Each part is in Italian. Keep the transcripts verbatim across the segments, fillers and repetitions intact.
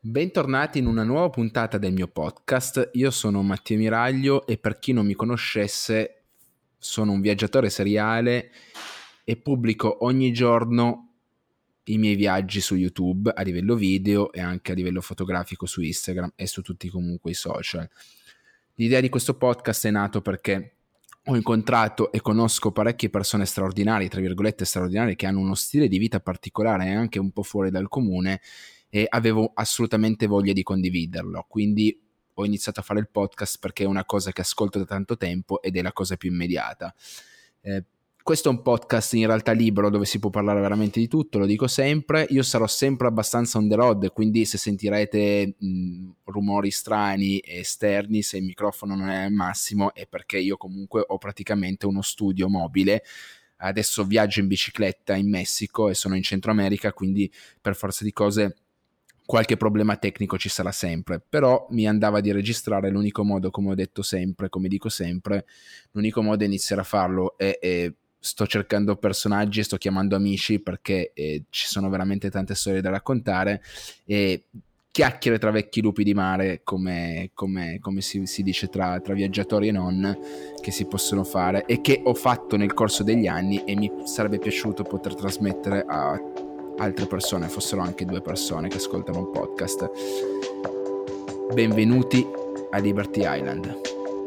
Bentornati in una nuova puntata del mio podcast. Io sono Mattia Miraglio e per chi non mi conoscesse sono un viaggiatore seriale e pubblico ogni giorno i miei viaggi su YouTube a livello video e anche a livello fotografico su Instagram e su tutti comunque i social. L'idea di questo podcast è nato perché ho incontrato e conosco parecchie persone straordinarie, tra virgolette straordinarie, che hanno uno stile di vita particolare e anche un po' fuori dal comune, e avevo assolutamente voglia di condividerlo, quindi ho iniziato a fare il podcast perché è una cosa che ascolto da tanto tempo ed è la cosa più immediata. Eh, questo è un podcast in realtà libero dove si può parlare veramente di tutto, lo dico sempre. Io sarò sempre abbastanza on the road, quindi se sentirete mh, rumori strani e esterni, se il microfono non è al massimo, è perché io comunque ho praticamente uno studio mobile. Adesso viaggio in bicicletta in Messico e sono in Centro America, quindi per forza di cose qualche problema tecnico ci sarà sempre, però mi andava di registrare. L'unico modo, come ho detto sempre, come dico sempre, l'unico modo è iniziare a farlo e, e sto cercando personaggi e sto chiamando amici perché eh, ci sono veramente tante storie da raccontare e chiacchiere tra vecchi lupi di mare, come, come, come si, si dice tra, tra viaggiatori e non, che si possono fare e che ho fatto nel corso degli anni e mi sarebbe piaciuto poter trasmettere a altre persone, fossero anche due persone che ascoltano un podcast. Benvenuti a Liberty Island.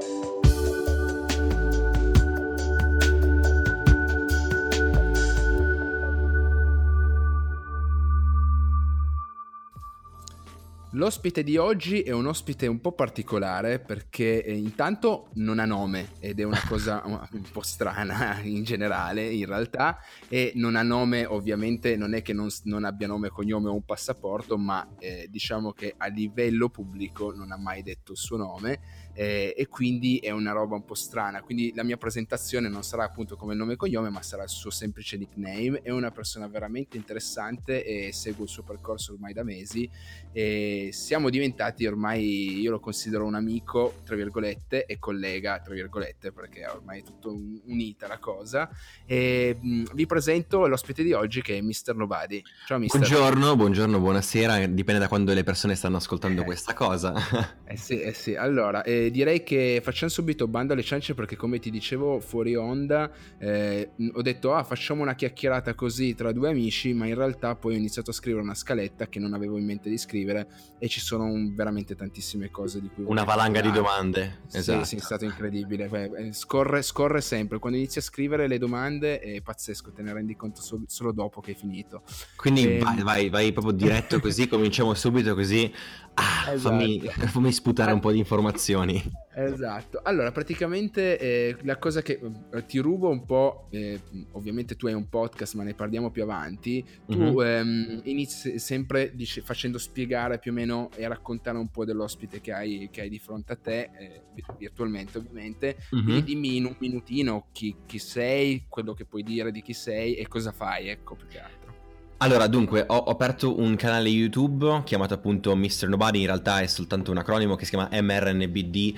L'ospite di oggi è un ospite un po' particolare perché eh, intanto non ha nome ed è una cosa un po' strana in generale in realtà, e non ha nome, ovviamente non è che non, non abbia nome, cognome o un passaporto, ma eh, diciamo che a livello pubblico non ha mai detto il suo nome eh, e quindi è una roba un po' strana. Quindi la mia presentazione non sarà appunto come il nome e cognome, ma sarà il suo semplice nickname. È una persona veramente interessante e seguo il suo percorso ormai da mesi e siamo diventati ormai, io lo considero un amico tra virgolette e collega tra virgolette, perché ormai è tutto unita la cosa. E mh, vi presento l'ospite di oggi, che è mister Nobody. Ciao mister. Buongiorno, buongiorno, buonasera, dipende da quando le persone stanno ascoltando eh, questa cosa. Eh sì, eh sì. Allora, eh, direi che facciamo subito bando alle ciance, perché come ti dicevo fuori onda, eh, ho detto ah facciamo una chiacchierata così tra due amici, ma in realtà poi ho iniziato a scrivere una scaletta che non avevo in mente di scrivere e ci sono un, veramente tantissime cose di cui Una valanga di domande, sì, esatto. Sì, è stato incredibile. Beh, scorre, scorre sempre, quando inizi a scrivere le domande è pazzesco, te ne rendi conto solo, solo dopo che hai finito. Quindi e... vai, vai, vai proprio diretto così, cominciamo subito così, ah, esatto. fammi, fammi sputare un po' di informazioni. Esatto, allora praticamente eh, la cosa che eh, ti rubo un po', eh, ovviamente tu hai un podcast ma ne parliamo più avanti, tu Mm-hmm. ehm, inizi sempre dice, facendo spiegare più o meno e raccontare un po' dell'ospite che hai, che hai di fronte a te, eh, virtualmente ovviamente, Mm-hmm. quindi dimmi in un minutino chi, chi sei, quello che puoi dire di chi sei e cosa fai, ecco, più che altro. Allora, dunque, ho, ho aperto un canale YouTube chiamato appunto mister Nobody, in realtà è soltanto un acronimo che si chiama M R N B D,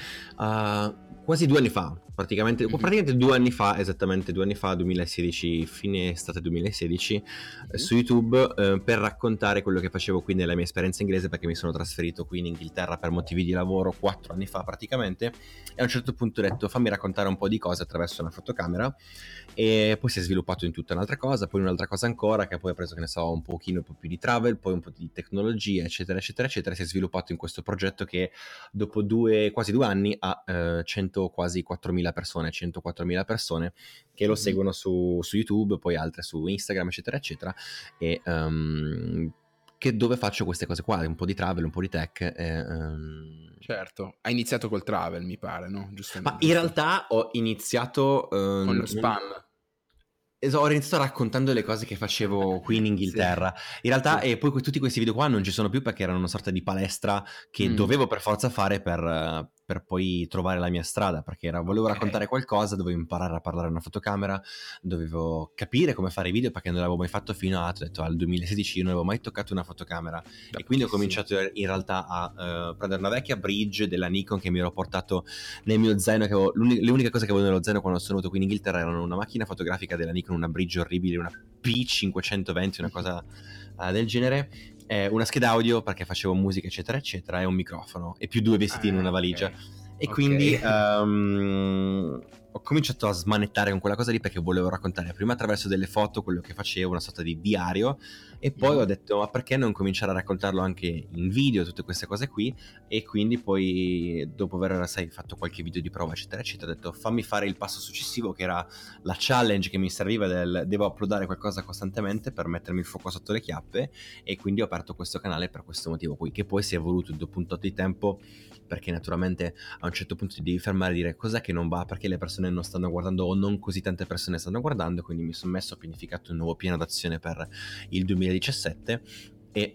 uh, quasi due anni fa, praticamente, Mm-hmm. praticamente due anni fa, esattamente due anni fa, duemilasedici, fine estate duemilasedici, mm-hmm. eh, su YouTube, eh, per raccontare quello che facevo qui nella mia esperienza inglese, perché mi sono trasferito qui in Inghilterra per motivi di lavoro quattro anni fa praticamente, e a un certo punto ho detto fammi raccontare un po' di cose attraverso una fotocamera, e poi si è sviluppato in tutta un'altra cosa, poi un'altra cosa ancora, che poi ha preso, che ne so, un pochino un po' più di travel, poi un po' di tecnologia, eccetera eccetera eccetera. Si è sviluppato in questo progetto che dopo due quasi due anni ha eh, cento quasi quattromila persone, centoquattromila persone che lo seguono su, su YouTube, poi altre su Instagram, eccetera eccetera, e um, che dove faccio queste cose qua, un po' di travel, un po' di tech. E, um... Certo, hai iniziato col travel, mi pare, no? Giustamente. Ma in realtà ho iniziato um, con lo spam. Ho iniziato raccontando le cose che facevo qui in Inghilterra. Sì. In realtà, sì. E poi tutti questi video qua non ci sono più perché erano una sorta di palestra che mm. dovevo per forza fare per, per poi trovare la mia strada, perché era, volevo okay. raccontare qualcosa, dovevo imparare a parlare a una fotocamera, dovevo capire come fare i video perché non l'avevo mai fatto fino a, detto, al duemilasedici, io non avevo mai toccato una fotocamera. Da e quindi ho cominciato in realtà a uh, prendere una vecchia bridge della Nikon che mi ero portato nel mio zaino, che avevo, le uniche cose che avevo nello zaino quando sono venuto qui in Inghilterra erano una macchina fotografica della Nikon, una bridge orribile, una P cinquecentoventi, una cosa uh, del genere, eh, una scheda audio perché facevo musica eccetera eccetera e un microfono e più due vestiti Ah, in una valigia. ok. E Ok. quindi um, ho cominciato a smanettare con quella cosa lì perché volevo raccontare prima attraverso delle foto quello che facevo, una sorta di diario, e poi Mm. ho detto ma perché non cominciare a raccontarlo anche in video, tutte queste cose qui. E quindi poi dopo aver sai, fatto qualche video di prova eccetera eccetera ho detto fammi fare il passo successivo, che era la challenge che mi serviva del devo uploadare qualcosa costantemente per mettermi il fuoco sotto le chiappe, e quindi ho aperto questo canale per questo motivo qui, che poi si è evoluto dopo un tot di tempo, perché naturalmente a un certo punto ti devi fermare e dire cos'è che non va, perché le persone non stanno guardando o non così tante persone stanno guardando. Quindi mi sono messo, ho pianificato un nuovo piano d'azione per il duemiladiciassette e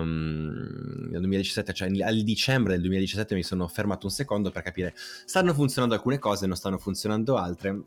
um, nel duemiladiciassette, cioè al dicembre del duemiladiciassette mi sono fermato un secondo per capire stanno funzionando alcune cose, non stanno funzionando altre.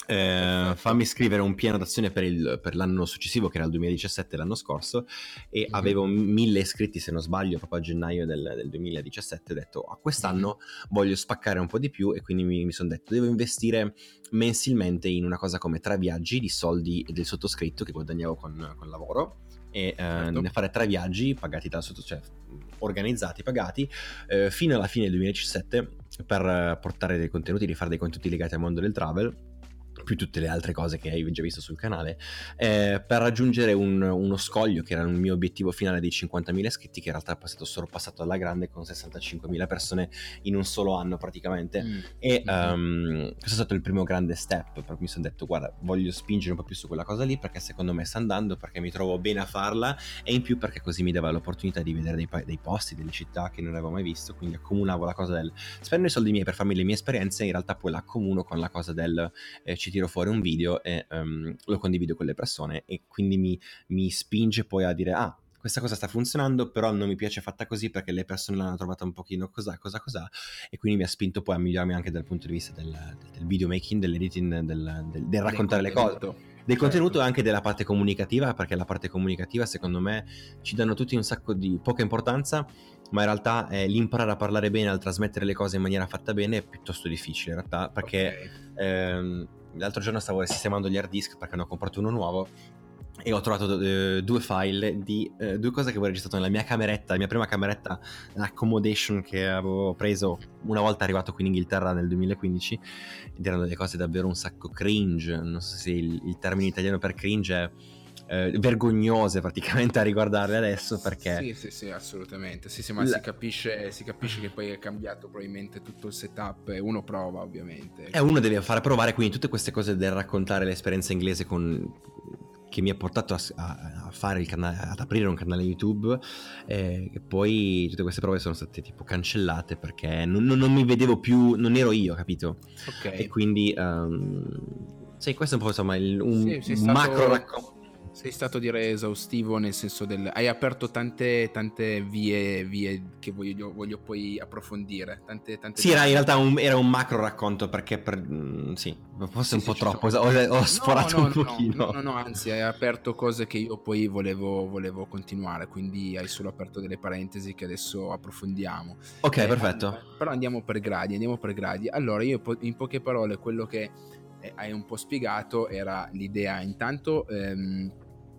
Eh, fammi scrivere un piano d'azione per, il, per l'anno successivo, che era il duemiladiciassette, l'anno scorso, e mm-hmm. avevo mille iscritti se non sbaglio proprio a gennaio del, del duemiladiciassette. Ho detto a quest'anno mm-hmm. voglio spaccare un po' di più, e quindi mi, mi sono detto devo investire mensilmente in una cosa come tre viaggi di soldi del sottoscritto che guadagnavo con, con lavoro, e certo. eh, ne fare tre viaggi pagati dal sotto, cioè organizzati, pagati eh, fino alla fine del duemiladiciassette, per portare dei contenuti, di fare dei contenuti legati al mondo del travel, più tutte le altre cose che hai già visto sul canale, eh, per raggiungere un, uno scoglio che era il mio obiettivo finale di cinquantamila iscritti, che in realtà è stato sorpassato alla grande con sessantacinquemila persone in un solo anno praticamente. Mm. E mm-hmm. um, questo è stato il primo grande step, perché mi sono detto guarda, voglio spingere un po' più su quella cosa lì, perché secondo me sta andando, perché mi trovo bene a farla, e in più perché così mi dava l'opportunità di vedere dei, dei posti, delle città che non avevo mai visto. Quindi accomunavo la cosa del spendo i soldi miei per farmi le mie esperienze, in realtà poi la accomuno con la cosa del eh, ci tiro fuori un video e um, lo condivido con le persone, e quindi mi, mi spinge poi a dire ah, questa cosa sta funzionando, però non mi piace fatta così perché le persone l'hanno trovata un pochino cos'ha, cosa, cos'ha, e quindi mi ha spinto poi a migliorarmi anche dal punto di vista del, del videomaking, dell'editing, del, del, del raccontare le cose, del certo. contenuto, e anche della parte comunicativa, perché la parte comunicativa secondo me ci danno tutti un sacco di poca importanza, ma in realtà eh, l'imparare a parlare bene, al trasmettere le cose in maniera fatta bene è piuttosto difficile in realtà, perché okay. ehm, l'altro giorno stavo sistemando gli hard disk perché ne ho comprato uno nuovo, e ho trovato eh, due file di eh, due cose che avevo registrato nella mia cameretta, la mia prima cameretta accommodation che avevo preso una volta arrivato qui in Inghilterra nel duemilaquindici, ed erano delle cose davvero un sacco cringe, non so se il, il termine italiano per cringe è Eh, vergognose praticamente a riguardarle adesso, perché sì sì sì assolutamente sì sì ma la... si capisce si capisce che poi è cambiato probabilmente tutto il setup, e uno prova ovviamente e uno deve fare provare, quindi tutte queste cose del raccontare l'esperienza inglese con che mi ha portato a, a, a fare il canale, ad aprire un canale YouTube, eh, e poi tutte queste prove sono state tipo cancellate perché non, non, non mi vedevo più, non ero io, capito? Ok. E quindi um, sì, questo è un po' insomma il, un sì, macro stato... racconto. Sei stato direi esaustivo, nel senso del hai aperto tante tante vie vie che voglio, voglio poi approfondire, tante tante sì, era in realtà un, era un macro racconto, perché per, mh, sì, forse sì, un sì, po' troppo sono... ho, ho sforato no, no, un pochino no, no, no, anzi hai aperto cose che io poi volevo volevo continuare, quindi hai solo aperto delle parentesi che adesso approfondiamo. Ok, eh, perfetto. Allora, però andiamo per gradi, andiamo per gradi. Allora io in poche parole quello che hai un po' spiegato era l'idea intanto ehm,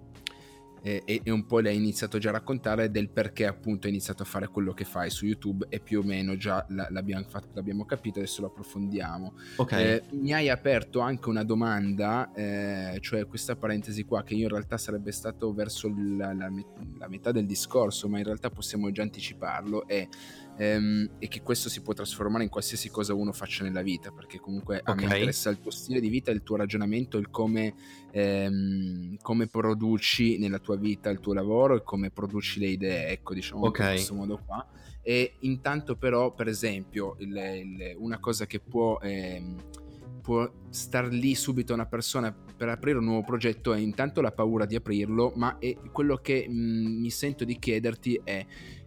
e, e un po' l'hai iniziato già a raccontare del perché appunto hai iniziato a fare quello che fai su YouTube, e più o meno già l'abbiamo, fatto, l'abbiamo capito, adesso lo approfondiamo. Okay. Eh, mi hai aperto anche una domanda, eh, cioè questa parentesi qua che io in realtà sarebbe stato verso la, la, la metà del discorso, ma in realtà possiamo già anticiparlo, è ehm, e che questo si può trasformare in qualsiasi cosa uno faccia nella vita, perché comunque okay. a me interessa il tuo stile di vita, il tuo ragionamento, il come, ehm, come produci nella tua vita il tuo lavoro e come produci le idee, ecco, diciamo okay. in questo modo qua. E intanto però, per esempio, il, il, una cosa che può ehm, può star lì subito una persona per aprire un nuovo progetto è intanto la paura di aprirlo, ma è quello che mh, mi sento di chiederti è: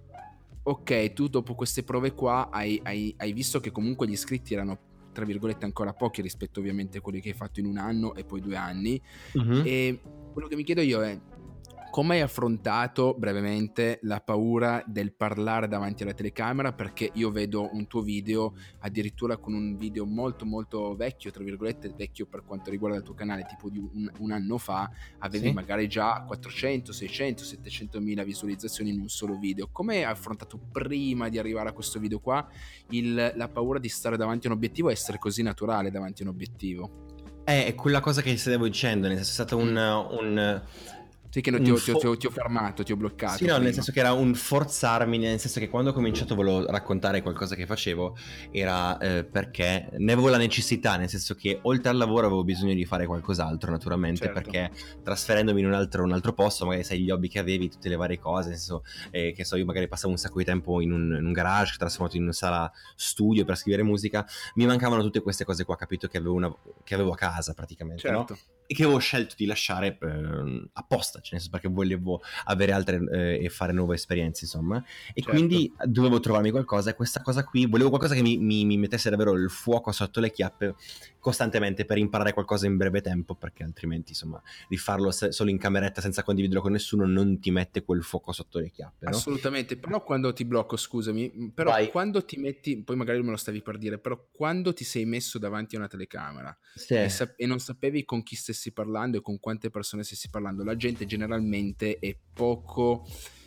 ok, tu dopo queste prove qua hai, hai, hai visto che comunque gli iscritti erano tra virgolette ancora pochi rispetto ovviamente a quelli che hai fatto in un anno e poi due anni, uh-huh. e quello che mi chiedo io è: Come hai affrontato brevemente la paura del parlare davanti alla telecamera? Perché io vedo un tuo video addirittura con un video molto molto vecchio, tra virgolette vecchio per quanto riguarda il tuo canale, tipo di un, un anno fa, avevi Sì. magari già quattrocento, seicento, settecentomila visualizzazioni in un solo video. Come hai affrontato prima di arrivare a questo video qua il, la paura di stare davanti a un obiettivo e essere così naturale davanti a un obiettivo? Eh, è quella cosa che stavo dicendo, nel senso è stato un... un Sì, che non ti ho, ti, ho, ti, ho, ti ho fermato, ti ho bloccato. Sì, no, prima. nel senso che era un forzarmi, nel senso che quando ho cominciato volevo raccontare qualcosa che facevo, era eh, perché ne avevo la necessità, nel senso che oltre al lavoro avevo bisogno di fare qualcos'altro, naturalmente, certo. Perché trasferendomi in un altro, un altro posto, magari sai gli hobby che avevi, tutte le varie cose, nel senso eh, che so, io magari passavo un sacco di tempo in un, in un garage, trasformato in una sala studio per scrivere musica, mi mancavano tutte queste cose qua, capito, che avevo, una, che avevo a casa praticamente, certo. No? E che avevo scelto di lasciare eh, apposta, cioè nel senso perché volevo avere altre eh, e fare nuove esperienze, insomma, e certo. Quindi dovevo trovarmi qualcosa, e questa cosa qui volevo qualcosa che mi, mi, mi mettesse davvero il fuoco sotto le chiappe costantemente per imparare qualcosa in breve tempo, perché altrimenti insomma rifarlo se, solo in cameretta senza condividerlo con nessuno non ti mette quel fuoco sotto le chiappe, no? Assolutamente, però quando ti blocco, scusami, però Vai. Quando ti metti, poi magari me lo stavi per dire, però quando ti sei messo davanti a una telecamera sì. e, sap- e non sapevi con chi stessi parlando e con quante persone stessi parlando, la gente generalmente è poco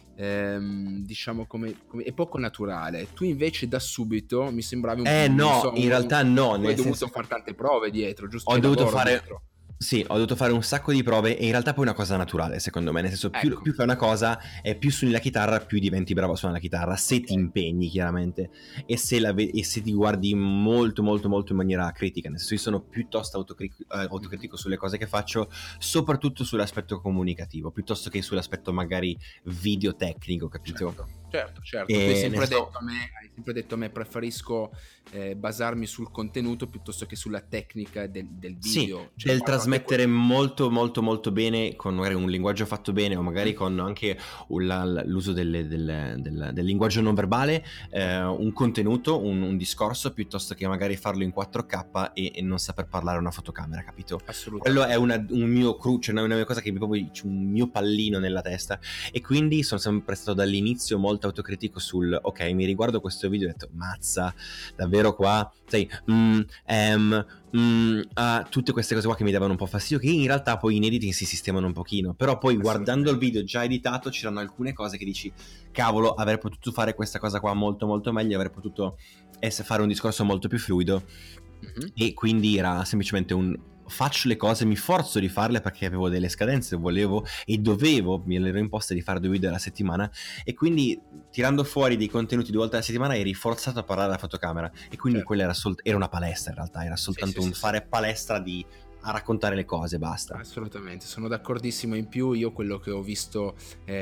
ehm, diciamo come, come è poco naturale. Tu invece da subito mi sembravi un eh no so, in un, realtà no hai nel dovuto senso... fare tante prove dietro, giusto? Ho C'è dovuto fare dietro. Sì, ho dovuto fare un sacco di prove e in realtà poi è una cosa naturale secondo me, nel senso più, ecco. più fai una cosa e più suoni la chitarra più diventi bravo a suonare la chitarra, se okay. ti impegni chiaramente e se, la ve- e se ti guardi molto molto molto in maniera critica, nel senso io sono piuttosto autocric- eh, autocritico sulle cose che faccio, soprattutto sull'aspetto comunicativo piuttosto che sull'aspetto magari videotecnico, capito? Certo, certo, certo. Tu hai sempre, detto so... a me, hai sempre detto a me preferisco eh, basarmi sul contenuto piuttosto che sulla tecnica del, del video. Sì, cioè, del trasmettere quello... molto molto molto bene con magari un linguaggio fatto bene o magari mm. con anche un, l'uso delle, delle, del, del linguaggio non verbale, eh, un contenuto, un, un discorso piuttosto che magari farlo in quattro K e, e non saper parlare a una fotocamera, capito? Assolutamente. Quello è una, un mio cruce, una, una cosa che mi proprio c'è un mio pallino nella testa e quindi sono sempre stato dall'inizio molto autocritico sul ok, mi riguardo questo video e ho detto mazza, davvero qua, sai, mm, um, mm, uh, tutte queste cose qua che mi davano un po' fastidio, che in realtà poi in editing si sistemano un pochino, però poi guardando il video già editato c'erano alcune cose che dici cavolo, avrei potuto fare questa cosa qua molto molto meglio, avrei potuto essere, fare un discorso molto più fluido mm-hmm. E quindi era semplicemente un faccio le cose, mi forzo di farle perché avevo delle scadenze, volevo e dovevo, me le ero imposte di fare due video alla settimana e quindi tirando fuori dei contenuti due volte alla settimana eri forzato a parlare alla fotocamera e quindi certo. Quella era, sol- era una palestra in realtà, era soltanto sì, un sì, fare sì. Palestra di a raccontare le cose, basta. Assolutamente, sono d'accordissimo. In più io quello che ho visto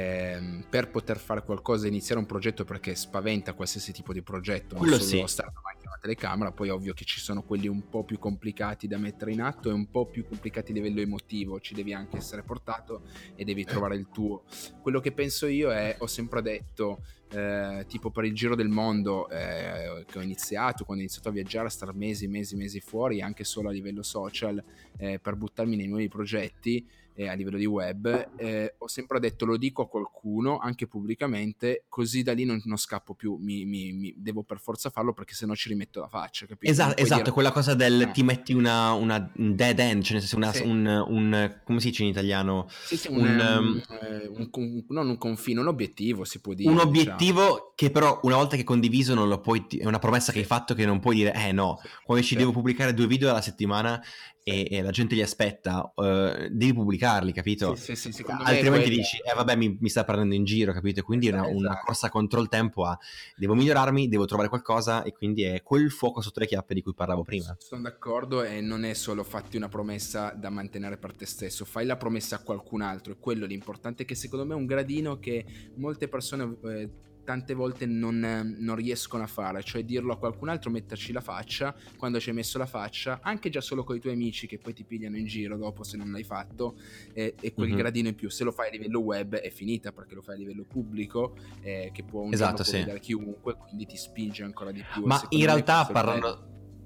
eh, per poter fare qualcosa, iniziare un progetto, perché spaventa qualsiasi tipo di progetto, quello non solo sì. Stare davanti a una telecamera, poi ovvio che ci sono quelli un po' più complicati da mettere in atto e un po' più complicati a livello emotivo, ci devi anche essere portato e devi trovare il tuo. Quello che penso io è, ho sempre detto Eh, tipo per il giro del mondo eh, che ho iniziato, quando ho iniziato a viaggiare, a star mesi mesi mesi fuori anche solo a livello social eh, per buttarmi nei nuovi progetti eh, a livello di web, eh, ho sempre detto lo dico a qualcuno anche pubblicamente, così da lì non, non scappo più, mi, mi, mi devo per forza farlo perché sennò ci rimetto la faccia, capito? Esatto, esatto, dire... quella cosa del eh. ti metti una, una dead end, cioè nel senso una, sì. un, un come si dice in italiano? Sì, sì, un, un, um, un, non un confine, un obiettivo si può dire. Un obiettivo diciamo. Che però una volta che è condiviso non lo puoi, è una promessa sì. Che hai fatto che non puoi dire eh no, sì. Quando ci sì. Devo pubblicare due video alla settimana sì. e, e la gente li aspetta, uh, devi pubblicarli, capito? Sì, sì, sì, altrimenti dici eh vabbè mi, mi sta prendendo in giro, capito? Quindi esatto, è una, una corsa contro il tempo a devo migliorarmi, devo trovare qualcosa e quindi è quel fuoco sotto le chiappe di cui parlavo prima. Sono d'accordo e non è solo fatti una promessa da mantenere per te stesso, fai la promessa a qualcun altro, è quello l'importante, che secondo me è un gradino che molte persone eh, tante volte non, non riescono a fare, cioè dirlo a qualcun altro, metterci la faccia quando ci hai messo la faccia, anche già solo con i tuoi amici che poi ti pigliano in giro dopo se non l'hai fatto, eh, e quel mm-hmm. gradino in più. Se lo fai a livello web è finita, perché lo fai a livello pubblico eh, che può un esatto, giorno sì. può vedere chiunque, quindi ti spinge ancora di più. Ma in realtà parlando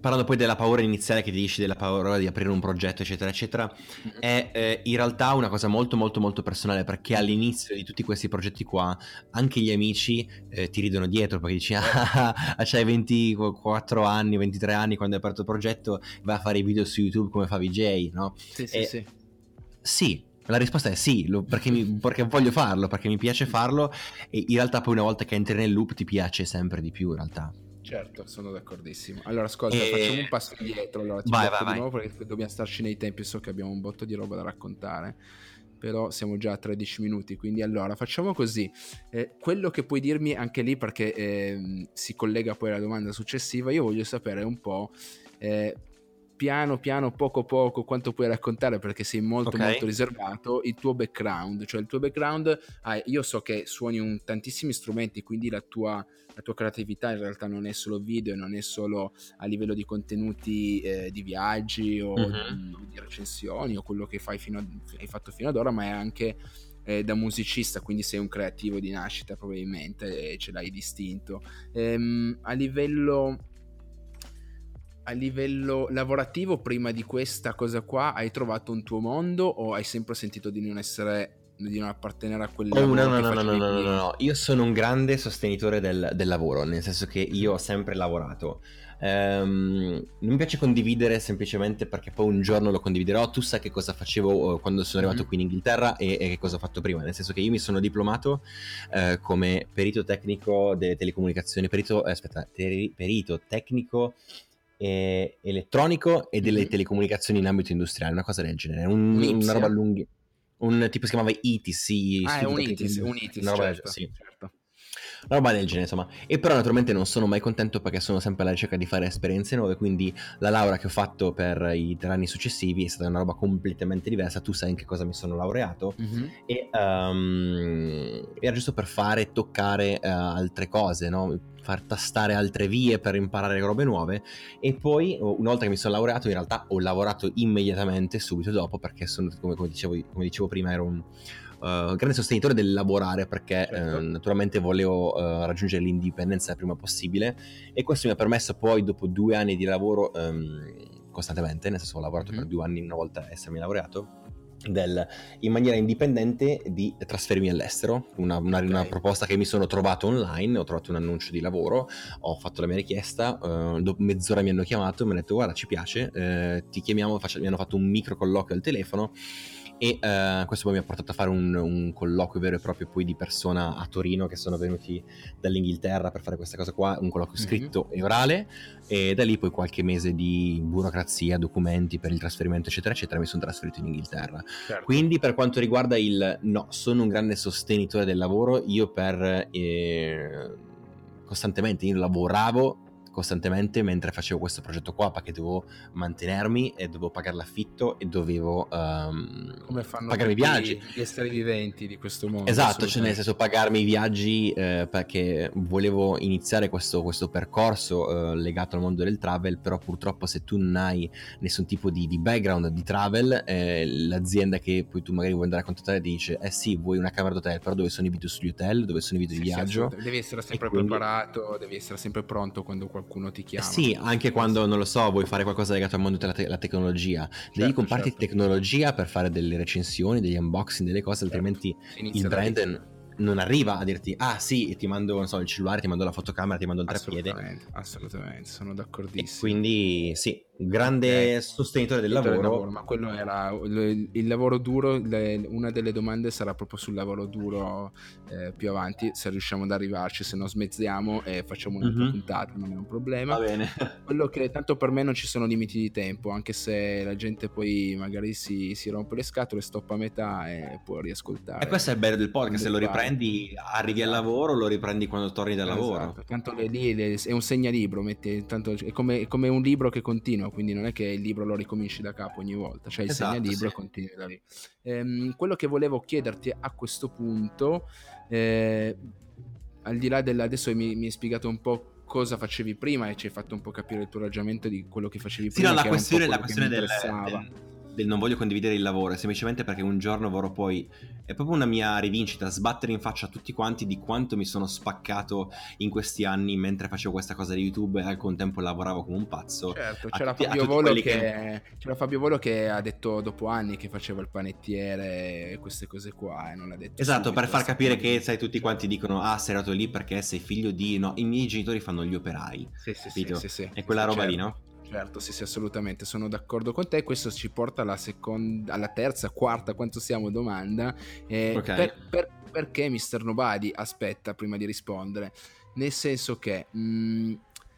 parlando poi della paura iniziale che ti dici, della paura di aprire un progetto, eccetera, eccetera, è eh, in realtà una cosa molto, molto, molto personale, perché all'inizio di tutti questi progetti qua, anche gli amici eh, ti ridono dietro, perché dici, ah, c'hai ventiquattro anni, ventitré anni quando hai aperto il progetto, vai a fare i video su YouTube come fa V J, no? Sì, sì, e, sì. Sì, la risposta è sì, lo, perché, mi, perché voglio farlo, perché mi piace farlo, e in realtà poi una volta che entri nel loop ti piace sempre di più in realtà. Certo, sono d'accordissimo. Allora, ascolta, E... facciamo un passo indietro, allora ti vai, blocco vai, di vai. nuovo perché dobbiamo starci nei tempi, so che abbiamo un botto di roba da raccontare, però siamo già a tredici minuti, quindi allora facciamo così. Eh, quello che puoi dirmi anche lì, perché eh, si collega poi alla domanda successiva, io voglio sapere un po'... Eh, piano piano, poco poco, quanto puoi raccontare, perché sei molto Ok. molto riservato, il tuo background, cioè il tuo background, ah, io so che suoni un, tantissimi strumenti, quindi la tua, la tua creatività in realtà non è solo video, non è solo a livello di contenuti eh, di viaggi o Mm-hmm. di, di recensioni o quello che fai fino a, hai fatto fino ad ora, ma è anche eh, da musicista, quindi sei un creativo di nascita probabilmente e ce l'hai distinto. Ehm, a livello a livello lavorativo, prima di questa cosa qua, hai trovato un tuo mondo o hai sempre sentito di non essere, di non appartenere a quel Oh, no, lavoro no, che no, no, no, facevi no, no, prima? no, io sono un grande sostenitore del, del lavoro, nel senso che io ho sempre lavorato. Ehm, non mi piace condividere semplicemente perché poi un giorno lo condividerò. Tu sai che cosa facevo eh, quando sono arrivato Mm-hmm. qui in Inghilterra e, e che cosa ho fatto prima, nel senso che io mi sono diplomato eh, come perito tecnico delle telecomunicazioni, perito, eh, aspetta, te- perito tecnico e elettronico e delle Mm-hmm. telecomunicazioni in ambito industriale, una cosa del genere, un, Un una I T S? roba lunga, un tipo si chiamava I T S, Ah, è Istituto un Tecnico I T S, un Industriale, I T S, una roba del, certo, sì, certo. una roba del genere, insomma. E però naturalmente non sono mai contento perché sono sempre alla ricerca di fare esperienze nuove, quindi la laurea che ho fatto per i tre anni successivi è stata una roba completamente diversa. Tu sai in che cosa mi sono laureato, Mm-hmm. e um, era giusto per fare, toccare uh, altre cose, no? Far tastare altre vie per imparare robe nuove. E poi una volta che mi sono laureato in realtà ho lavorato immediatamente subito dopo, perché sono, come, come, dicevo, come dicevo prima, ero un Uh, grande sostenitore del lavorare, perché Certo. uh, naturalmente volevo uh, raggiungere l'indipendenza il prima possibile, e questo mi ha permesso poi, dopo due anni di lavoro um, costantemente, nel senso ho lavorato mm-hmm. per due anni una volta essermi laureato, del, in maniera indipendente, di trasferirmi all'estero. Una, una, okay. una proposta che mi sono trovato online, ho trovato un annuncio di lavoro, ho fatto la mia richiesta, uh, dopo mezz'ora mi hanno chiamato, mi hanno detto guarda ci piace, uh, ti chiamiamo, faccia, mi hanno fatto un micro colloquio al telefono. E uh, questo poi mi ha portato a fare un, un colloquio vero e proprio poi di persona a Torino, che sono venuti dall'Inghilterra per fare questa cosa qua, un colloquio mm-hmm. scritto e orale, e da lì poi qualche mese di burocrazia, documenti per il trasferimento eccetera eccetera, mi sono trasferito in Inghilterra. Certo. Quindi per quanto riguarda il no, sono un grande sostenitore del lavoro. Io per eh, costantemente io lavoravo costantemente mentre facevo questo progetto qua, perché dovevo mantenermi e dovevo pagare l'affitto e dovevo um, come fanno pagarmi i viaggi, gli esseri viventi di questo mondo. Esatto, cioè nel senso pagarmi i viaggi eh, perché volevo iniziare questo, questo percorso eh, legato al mondo del travel, però purtroppo se tu non hai nessun tipo di, di background di travel, eh, l'azienda che poi tu magari vuoi andare a contattare dice eh sì, vuoi una camera d'hotel, però dove sono i video sugli hotel, dove sono i video sì, di viaggio? Sì, devi essere sempre quindi... preparato, devi essere sempre pronto quando qualcuno ti chiama. Sì, anche quando, non lo so, vuoi fare qualcosa legato al mondo della te- tecnologia, certo, devi comparti certo. tecnologia per fare delle recensioni, degli unboxing, delle cose, certo. Altrimenti il brand non arriva a dirti ah sì, ti mando, non so, il cellulare, ti mando la fotocamera, ti mando il treppiede. Assolutamente, assolutamente, sono d'accordissimo. E quindi sì, un grande okay. sostenitore del lavoro. del lavoro. Ma quello era il, il lavoro duro. Le, una delle domande sarà proprio sul lavoro duro eh, più avanti, se riusciamo ad arrivarci, se no smezziamo e facciamo un'altra mm-hmm. puntata, non è un problema. Va bene. Quello che tanto per me non ci sono limiti di tempo, anche se la gente poi magari si, si rompe le scatole, stoppa a metà e può riascoltare. E questo è il bello del podcast, se lo riprendi, arrivi esatto. al lavoro, lo riprendi quando torni dal esatto. lavoro. Tanto lì è un segnalibro, metti, tanto è come, è come un libro che continua, quindi non è che il libro lo ricominci da capo ogni volta, cioè il esatto, segnalibro sì. E continui da lì. Ehm, quello che volevo chiederti a questo punto, eh, al di là della, adesso mi, mi hai spiegato un po' cosa facevi prima e ci hai fatto un po' capire il tuo ragionamento di quello che facevi sì, prima. No, la che questione, era un po' la questione del, del, del non voglio condividere il lavoro, è semplicemente perché un giorno vorrò poi, è proprio una mia rivincita, sbattere in faccia a tutti quanti di quanto mi sono spaccato in questi anni mentre facevo questa cosa di YouTube e al contempo lavoravo come un pazzo. Certo, A c'era tutti, a Fabio tutti Volo quelli che... che... c'era Fabio Volo che ha detto dopo anni che faceva il panettiere e queste cose qua, e non l'ha detto Esatto, subito, per far è stato capire una che, sai, rivincita. tutti quanti dicono, ah, sei arrivato lì perché sei figlio di... No, i miei genitori fanno gli operai, Sì, sì, sì, capito? sì, sì, È sì, quella sì, roba lì, certo. no? Certo, sì, sì, assolutamente, sono d'accordo con te. Questo ci porta alla seconda, alla terza, quarta, quanto siamo domanda. Eh, Ok. per, per, perché mister Nobody? Aspetta, prima di rispondere. Nel senso che... Mh,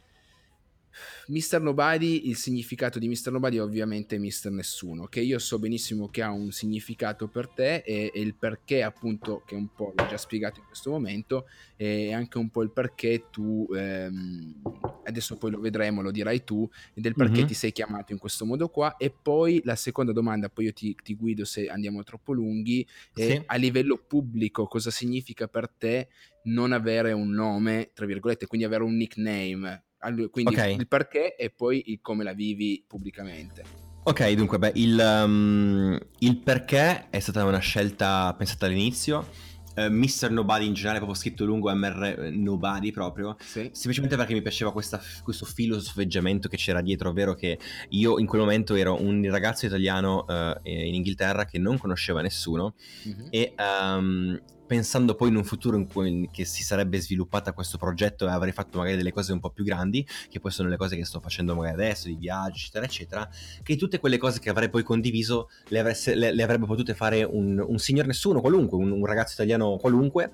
mister Nobody, il significato di mister Nobody è ovviamente mister Nessuno, che io so benissimo che ha un significato per te, e, e il perché, appunto, che un po' l'ho già spiegato in questo momento, e anche un po' il perché tu, ehm, adesso poi lo vedremo, lo dirai tu, del perché Mhm. ti sei chiamato in questo modo qua. E poi la seconda domanda, poi io ti, ti guido se andiamo troppo lunghi, è Sì. a livello pubblico cosa significa per te non avere un nome, tra virgolette, quindi avere un nickname. Allo- Quindi Ok. il perché e poi il come la vivi pubblicamente. Ok, dunque, beh, il, um, il perché è stata una scelta pensata all'inizio. Uh, mister Nobody in generale, proprio scritto lungo, M R Nobody proprio, Sì. semplicemente perché mi piaceva questa, questo filosofeggiamento che c'era dietro, ovvero che io in quel momento ero un ragazzo italiano uh, in Inghilterra che non conosceva nessuno Mhm. e um, pensando poi in un futuro in cui che si sarebbe sviluppata questo progetto e avrei fatto magari delle cose un po' più grandi, che poi sono le cose che sto facendo magari adesso, di viaggi eccetera eccetera, che tutte quelle cose che avrei poi condiviso le, avresse, le, le avrebbe potute fare un, un signor nessuno qualunque, un, un ragazzo italiano qualunque,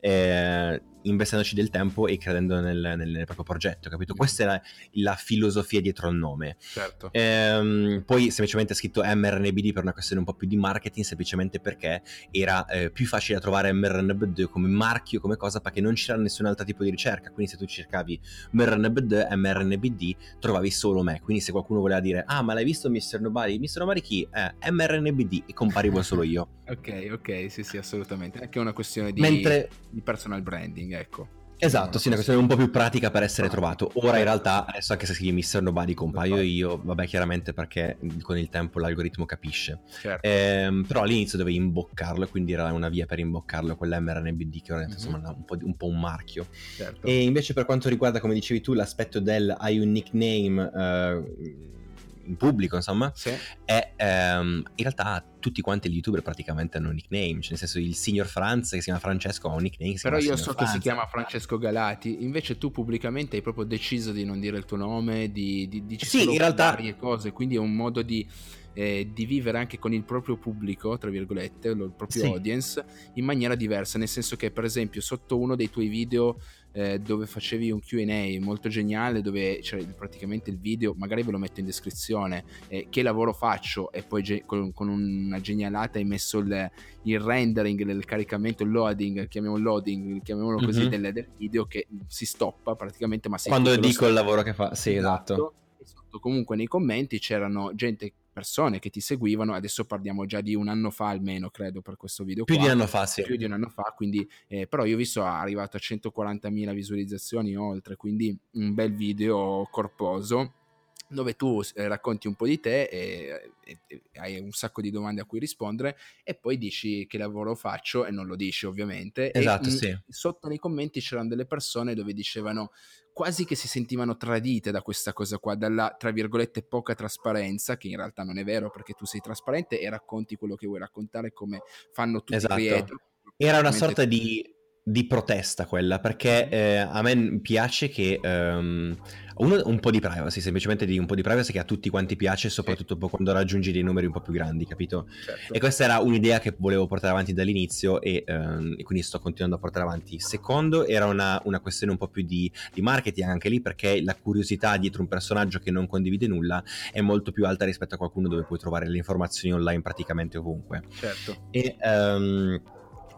eh, investendoci del tempo e credendo nel, nel, nel proprio progetto, capito? Questa è la, la filosofia dietro il nome. Certo. Ehm, poi semplicemente scritto M R N B D per una questione un po' più di marketing, semplicemente perché era eh, più facile da trovare M R N B D come marchio, come cosa, perché non c'era nessun altro tipo di ricerca. Quindi se tu cercavi M R N B D, M R N B D, trovavi solo me. Quindi se qualcuno voleva dire, ah, ma l'hai visto mister Nobody? mister Nobody chi? Eh, M R N B D, e comparivo solo io. Ok, ok, sì, sì, assolutamente. È anche una questione di, Mentre di personal branding, ecco. esatto, Chiamiamola sì, una così. questione un po' più pratica per essere Pratica. trovato. Ora in Certo. realtà, adesso anche se scrivi mister Nobody compaio D'accordo. io, vabbè, chiaramente perché con il tempo l'algoritmo capisce. Certo. Ehm, però all'inizio dovevi imboccarlo, quindi era una via per imboccarlo, quella M R N B D che ora è Mhm. insomma un po', di- un po' un marchio. Certo. E invece per quanto riguarda, come dicevi tu, l'aspetto del hai un nickname eh, in pubblico, insomma, Sì. è ehm, in realtà tutti quanti gli youtuber praticamente hanno un nickname, cioè nel senso il signor Franz che si chiama Francesco ha un nickname che si Però chiama io signor so che si Franz. chiama Francesco Galati, invece tu pubblicamente hai proprio deciso di non dire il tuo nome, di, di, dici Sì, solo in realtà varie cose, quindi è un modo di, eh, di vivere anche con il proprio pubblico, tra virgolette, lo- il proprio sì. audience, in maniera diversa, nel senso che per esempio sotto uno dei tuoi video eh, dove facevi un Q and A molto geniale, dove c'è praticamente il video, magari ve lo metto in descrizione, eh, che lavoro faccio, e poi ge- con, con una genialata hai messo il, il rendering, il caricamento, il loading, chiamiamolo loading, chiamiamolo così, Mhm. del, del video che si stoppa praticamente, ma sei tu Quando che lo dico il stoppi. lavoro che fa, sì, esatto. Esatto. E sotto comunque nei commenti c'erano gente, persone che ti seguivano, adesso parliamo già di un anno fa almeno, credo, per questo video Più di qua, un anno fa, sì. più di un anno fa, quindi eh, però io ho visto è arrivato a centoquarantamila visualizzazioni oltre, quindi un bel video corposo dove tu eh, racconti un po' di te e, e, e hai un sacco di domande a cui rispondere, e poi dici che lavoro faccio e non lo dici ovviamente, e Esatto, mh, sì. sotto nei commenti c'erano delle persone dove dicevano quasi che si sentivano tradite da questa cosa qua, dalla tra virgolette poca trasparenza, che in realtà non è vero perché tu sei trasparente e racconti quello che vuoi raccontare come fanno tutti i Esatto. creator. Era una Praticamente. sorta di, di protesta quella, perché Mhm. eh, a me piace che ehm, uno, un po' di privacy, semplicemente di un po' di privacy che a tutti quanti piace, Sì, soprattutto poi quando raggiungi dei numeri un po' più grandi, capito? certo. E questa era un'idea che volevo portare avanti dall'inizio e, ehm, e quindi sto continuando a portare avanti. Secondo, era una, una questione un po' più di, di marketing anche lì, perché la curiosità dietro un personaggio che non condivide nulla è molto più alta rispetto a qualcuno dove puoi trovare le informazioni online praticamente ovunque. Certo. E um,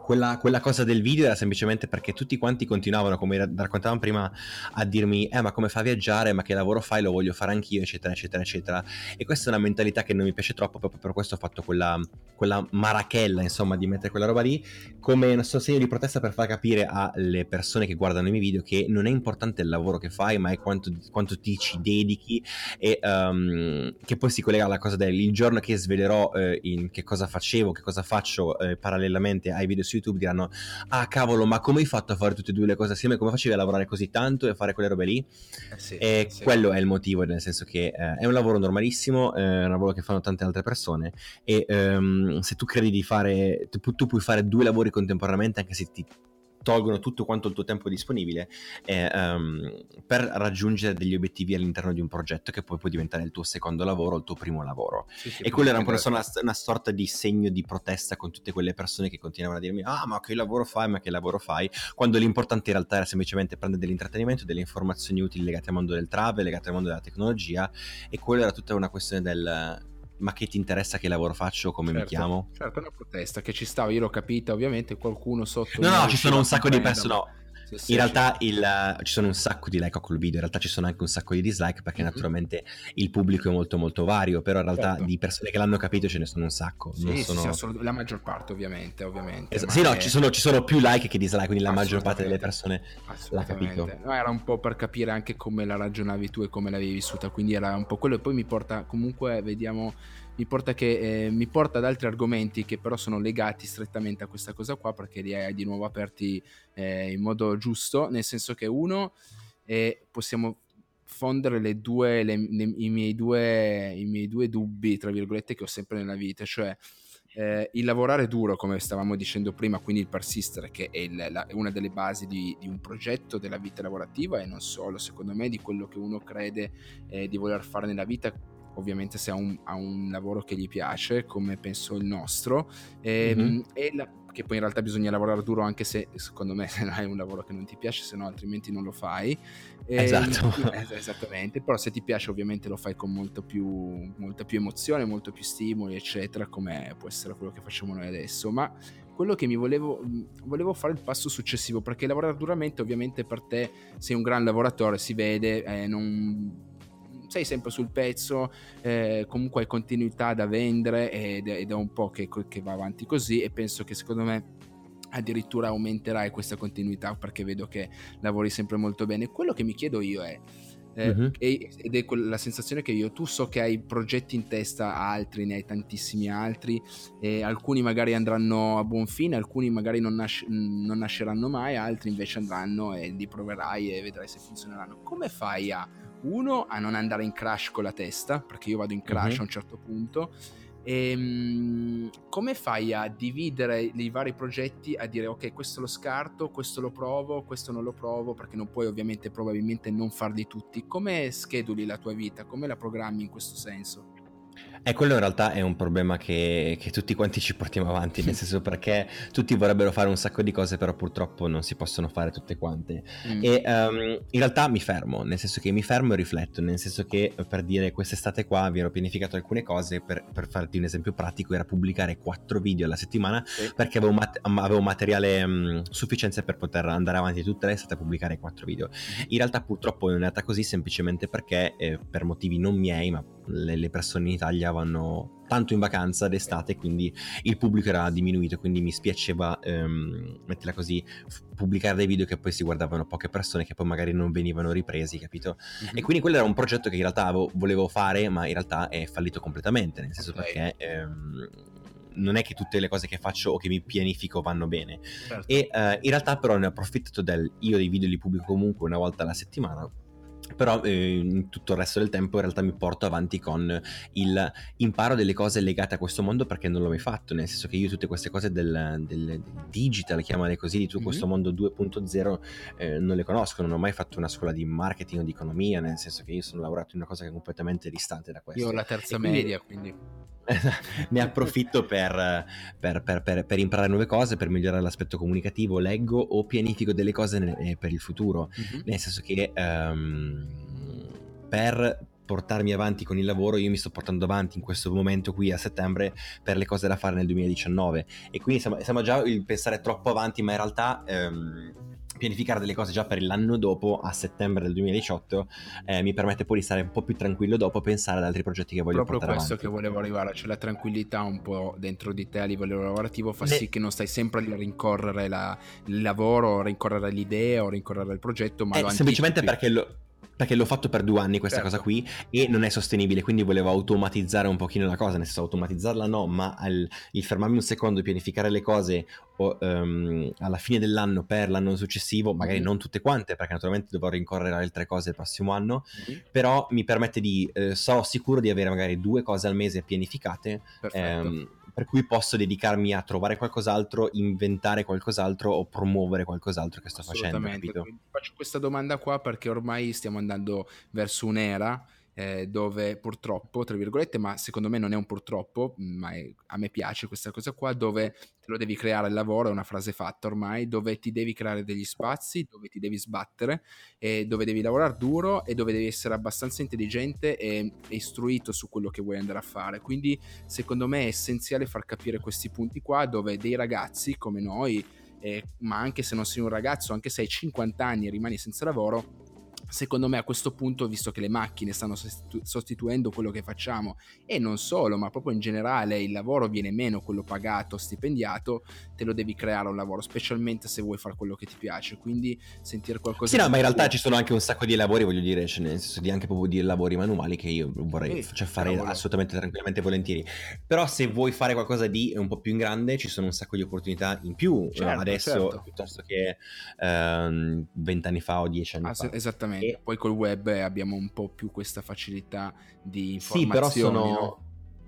quella, quella cosa del video era semplicemente perché tutti quanti continuavano, come ra- raccontavamo prima, a dirmi eh ma come fa a viaggiare, ma che lavoro fai, lo voglio fare anch'io, eccetera eccetera eccetera. E questa è una mentalità che non mi piace troppo, proprio per questo ho fatto quella, quella marachella, insomma, di mettere quella roba lì come un sostegno di protesta, per far capire alle persone che guardano i miei video che non è importante il lavoro che fai, ma è quanto, quanto ti ci dedichi. E um, che poi si collega alla cosa del il giorno che svelerò eh, in che cosa facevo, che cosa faccio eh, parallelamente ai video su YouTube, diranno ah cavolo, ma come hai fatto a fare tutte e due le cose assieme, come facevi a lavorare così tanto e a fare quelle robe lì? Eh sì, E sì. quello è il motivo, nel senso che eh, è un lavoro normalissimo, eh, è un lavoro che fanno tante altre persone, e ehm, se tu credi di fare tu, tu puoi fare due lavori contemporaneamente, anche se ti tolgono tutto quanto il tuo tempo disponibile eh, um, per raggiungere degli obiettivi all'interno di un progetto che poi può diventare il tuo secondo lavoro, il tuo primo lavoro. Sì, sì, E quello era un po' prendere... una, una sorta di segno di protesta con tutte quelle persone che continuavano a dirmi ah ma che lavoro fai, ma che lavoro fai, quando l'importante in realtà era semplicemente prendere dell'intrattenimento, delle informazioni utili legate al mondo del travel, legate al mondo della tecnologia, e quello era tutta una questione del ma che ti interessa che lavoro faccio, come certo, mi chiamo? certo, è una protesta che ci stava, io l'ho capita, ovviamente qualcuno sotto No, non no, ci sono un sacco di persone. No. Sì, sì, In realtà sì. il, ci sono un sacco di like a quel video, in realtà ci sono anche un sacco di dislike perché Mm-hmm. naturalmente il pubblico è molto molto vario, però in realtà Certo. di persone che l'hanno capito ce ne sono un sacco. Sì, non sì, sono... sì, assolut- la maggior parte ovviamente, ovviamente. Es- ma sì, no, è... ci sono, ci sono più like che dislike, quindi la maggior parte delle Assolutamente. persone l'ha capito. No, era un po' per capire anche come la ragionavi tu e come l'avevi vissuta, quindi era un po' quello, e poi mi porta comunque, vediamo, mi porta che eh, mi porta ad altri argomenti che però sono legati strettamente a questa cosa qua, perché li hai di nuovo aperti eh, in modo giusto, nel senso che uno eh, possiamo fondere le due le, le, i miei due i miei due dubbi tra virgolette che ho sempre nella vita, cioè Eh, il lavorare duro, come stavamo dicendo prima, quindi il persistere, che è, il, la, è una delle basi di, di un progetto della vita lavorativa, e non solo, secondo me, di quello che uno crede eh, di voler fare nella vita, ovviamente se ha un, ha un lavoro che gli piace, come penso il nostro, e, Mm-hmm. e la, che poi in realtà bisogna lavorare duro anche se, secondo me, se non hai un lavoro che non ti piace, se no altrimenti non lo fai. Esatto. E, esattamente, però se ti piace ovviamente lo fai con molto più, molta più emozione, molto più stimoli, eccetera, come può essere quello che facciamo noi adesso. Ma quello che mi volevo volevo fare il passo successivo, perché lavorare duramente ovviamente per te sei un gran lavoratore, si vede, eh, non sei sempre sul pezzo, eh, comunque hai continuità da vendere, ed, ed è un po' che, che va avanti così, e penso che secondo me addirittura aumenterai questa continuità, perché vedo che lavori sempre molto bene. Quello che mi chiedo io è Eh, Mm-hmm. ed è la sensazione che io, tu so che hai progetti in testa, altri, ne hai tantissimi altri, e alcuni magari andranno a buon fine, alcuni magari non, nasc- non nasceranno mai, altri invece andranno e li proverai e vedrai se funzioneranno. Come fai a, uno, a non andare in crash con la testa, perché io vado in crash Mm-hmm. a un certo punto, e um, come fai a dividere i vari progetti, a dire ok, questo lo scarto, questo lo provo, questo non lo provo, perché non puoi ovviamente probabilmente non farli tutti. Come scheduli la tua vita, come la programmi in questo senso? E quello in realtà è un problema che, che tutti quanti ci portiamo avanti, nel senso, perché tutti vorrebbero fare un sacco di cose, però purtroppo non si possono fare tutte quante. Mm. E um, in realtà mi fermo, nel senso che mi fermo e rifletto, nel senso che, per dire, quest'estate qua vi ero pianificato alcune cose, per, per farti un esempio pratico, era pubblicare quattro video alla settimana, sì, perché avevo, mat- avevo materiale um, sufficiente per poter andare avanti tutta l'estate a pubblicare quattro video. In realtà purtroppo non è andata così, semplicemente perché eh, per motivi non miei, ma le, le persone in Italia vanno tanto in vacanza d'estate, quindi il pubblico era diminuito, quindi mi spiaceva, ehm, mettila così, f- pubblicare dei video che poi si guardavano poche persone, che poi magari non venivano ripresi, capito? Mm-hmm. E quindi quello era un progetto che in realtà avevo, volevo fare, ma in realtà è fallito completamente, nel senso, okay, perché ehm, non è che tutte le cose che faccio o che mi pianifico vanno bene. Certo. E uh, in realtà però ne ho approfittato del, io dei video li pubblico comunque una volta alla settimana, però eh, in tutto il resto del tempo in realtà mi porto avanti con il imparo delle cose legate a questo mondo, perché non l'ho mai fatto, nel senso che io tutte queste cose del, del, del digital, chiamale così, di tutto mm-hmm. questo mondo due punto zero eh, non le conosco, non ho mai fatto una scuola di marketing o di economia, nel senso che io sono lavorato in una cosa che è completamente distante da questo. Io ho la terza quindi, media, quindi ne approfitto per, per, per, per, per imparare nuove cose, per migliorare l'aspetto comunicativo, leggo o pianifico delle cose ne, per il futuro, mm-hmm. nel senso che um, per portarmi avanti con il lavoro, io mi sto portando avanti in questo momento qui a settembre per le cose da fare nel duemiladiciannove, e quindi siamo, siamo già il pensare troppo avanti, ma in realtà ehm, pianificare delle cose già per l'anno dopo, a settembre del duemiladiciotto, eh, mi permette poi di stare un po' più tranquillo dopo, pensare ad altri progetti che voglio Proprio portare questo avanti. che volevo arrivare, cioè la tranquillità un po' dentro di te a livello lavorativo fa sì Le... che non stai sempre lì a rincorrere la, il lavoro, a rincorrere l'idea o a rincorrere il progetto, ma Eh, lo semplicemente anticipi. perché lo, perché l'ho fatto per due anni questa Certo. cosa qui e non è sostenibile, quindi volevo automatizzare un pochino la cosa, nel senso automatizzarla no, ma al, il fermarmi un secondo e pianificare le cose o, um, alla fine dell'anno per l'anno successivo, magari Mm-hmm. non tutte quante, perché naturalmente dovrò rincorrere altre cose il prossimo anno, Mm-hmm. però mi permette di, eh, so sicuro di avere magari due cose al mese pianificate, Perfetto. ehm, per cui posso dedicarmi a trovare qualcos'altro, inventare qualcos'altro o promuovere qualcos'altro che sto facendo, Assolutamente. capito? Quindi faccio questa domanda qua perché ormai stiamo andando verso un'era eh, dove purtroppo, tra virgolette, ma secondo me non è un purtroppo, ma è, a me piace questa cosa qua, dove te lo devi creare il lavoro, è una frase fatta ormai, dove ti devi creare degli spazi, dove ti devi sbattere, e dove devi lavorare duro e dove devi essere abbastanza intelligente e, e istruito su quello che vuoi andare a fare. Quindi secondo me è essenziale far capire questi punti qua, dove dei ragazzi come noi, Eh, ma anche se non sei un ragazzo, anche se hai cinquanta anni e rimani senza lavoro, secondo me a questo punto, visto che le macchine stanno sostitu- sostituendo quello che facciamo, e non solo, ma proprio in generale il lavoro viene meno, quello pagato, stipendiato, te lo devi creare un lavoro, specialmente se vuoi fare quello che ti piace, quindi sentire qualcosa Sì, di no, ma in realtà tuo. ci sono anche un sacco di lavori, voglio dire, cioè nel senso di anche proprio di lavori manuali che io vorrei Sì, cioè, fare cavolo. assolutamente tranquillamente volentieri. Però se vuoi fare qualcosa di un po' più in grande, ci sono un sacco di opportunità in più, eh, Certo, adesso certo. piuttosto che ehm, vent'anni fa o dieci anni Ah, se- fa. esattamente, E poi col web eh, abbiamo un po' più questa facilità di sì, però informazioni, no? sono...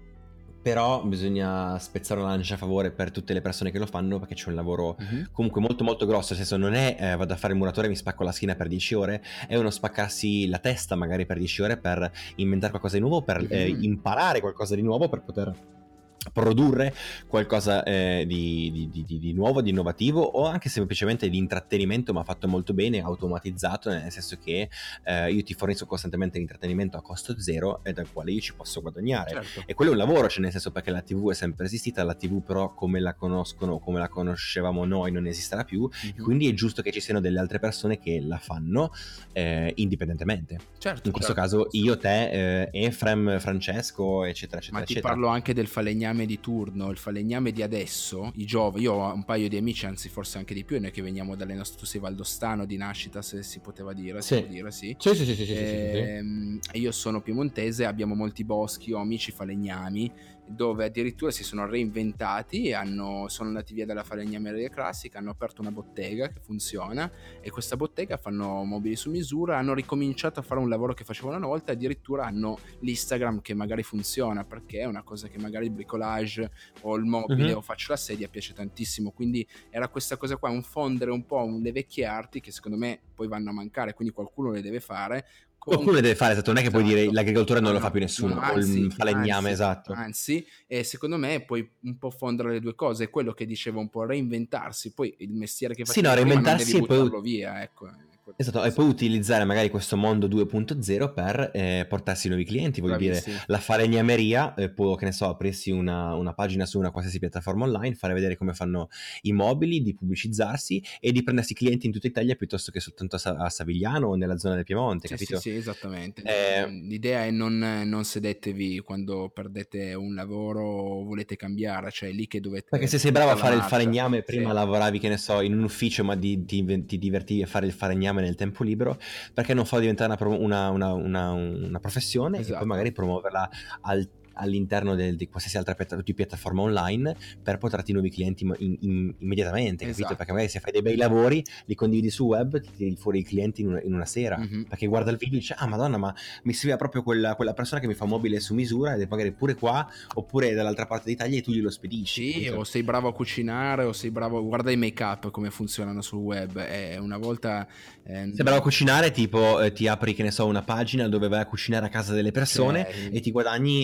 Però bisogna spezzare una lancia a favore per tutte le persone che lo fanno, perché c'è un lavoro Mhm. comunque molto molto grosso, nel senso non è eh, vado a fare il muratore e mi spacco la schiena per dieci ore, è uno spaccarsi la testa magari per dieci ore per inventare qualcosa di nuovo, per eh, Mhm. imparare qualcosa di nuovo, per poter produrre qualcosa eh, di, di, di, di nuovo, di innovativo, o anche semplicemente di intrattenimento, ma fatto molto bene, automatizzato, nel senso che eh, io ti fornisco costantemente l'intrattenimento a costo zero e dal quale io ci posso guadagnare. Certo. E quello è un lavoro, cioè nel senso, perché la tivù è sempre esistita, la tivù però come la conoscono, come la conoscevamo noi non esisterà più, Mhm. quindi è giusto che ci siano delle altre persone che la fanno eh, indipendentemente. Certo, In questo certo. caso io, te, eh, Efrem, Francesco, eccetera, eccetera, Ma ti eccetera. parlo anche del falegname di turno, il falegname di adesso, i giovani. Io ho un paio di amici, anzi forse anche di più, noi che veniamo dalle nostre, tu sei valdostano di nascita, se si poteva dire, si Sì. può dire, sì. Sì, sì, sì, sì, sì, sì, sì, sì. Ehm, e io sono piemontese, abbiamo molti boschi, ho amici falegnami, dove addirittura si sono reinventati e hanno, sono andati via dalla falegnameria classica, hanno aperto una bottega che funziona, e questa bottega fanno mobili su misura, hanno ricominciato a fare un lavoro che facevano una volta, addirittura hanno l'Instagram che magari funziona, perché è una cosa che magari il bricolage o il mobile Mhm. o faccio la sedia piace tantissimo, quindi era questa cosa qua, un fondere un po' le vecchie arti che secondo me poi vanno a mancare, quindi qualcuno le deve fare. Con... Qualcuno le deve fare, esatto, non è che puoi dire Esatto. l'agricoltore non No, lo fa no, più no, nessuno, o il anzi, falegname, anzi, esatto. anzi, e secondo me puoi un po' fondere le due cose, è quello che dicevo, un po' reinventarsi, poi il mestiere che Sì, no, facevi prima non devi reinventarsi e poi... buttarlo via, ecco. Esatto, e poi utilizzare magari questo mondo due punto zero per eh, portarsi nuovi clienti, voglio dire, Bravissimo. la falegnameria eh, può, che ne so, aprirsi una, una pagina su una qualsiasi piattaforma online, fare vedere come fanno i mobili, di pubblicizzarsi e di prendersi clienti in tutta Italia piuttosto che soltanto a, Sa- a Savigliano o nella zona del Piemonte, Sì, capito? sì, sì, esattamente. Eh, L'idea è non, non sedetevi quando perdete un lavoro o volete cambiare, cioè è lì che Perché dovete se sei bravo a puntare la fare il marcia. falegname, prima Sì. lavoravi, che ne so, in un ufficio, ma di- ti, ti divertivi a fare il falegname nel tempo libero, perché non farlo diventare una, pro- una- una- una- una professione e poi Esatto. magari promuoverla al- all'interno del- di qualsiasi altra piatta- di piattaforma online per portarti nuovi clienti in- in- immediatamente, capito? Esatto. Perché magari se fai dei bei lavori, li condividi su web, ti tiri fuori i clienti in una, in una sera, Mhm. perché guarda il video e dice, ah madonna, ma mi serviva proprio quella, quella persona che mi fa mobile su misura ed è magari pure qua, oppure dall'altra parte d'Italia e tu glielo spedisci, Sì, capito? o sei bravo a cucinare o sei bravo, guarda i make up come funzionano sul web, e una volta eh, Se bravo a cucinare, tipo eh, ti apri, che ne so, una pagina dove vai a cucinare a casa delle persone cioè, e ti guadagni, eh, non lo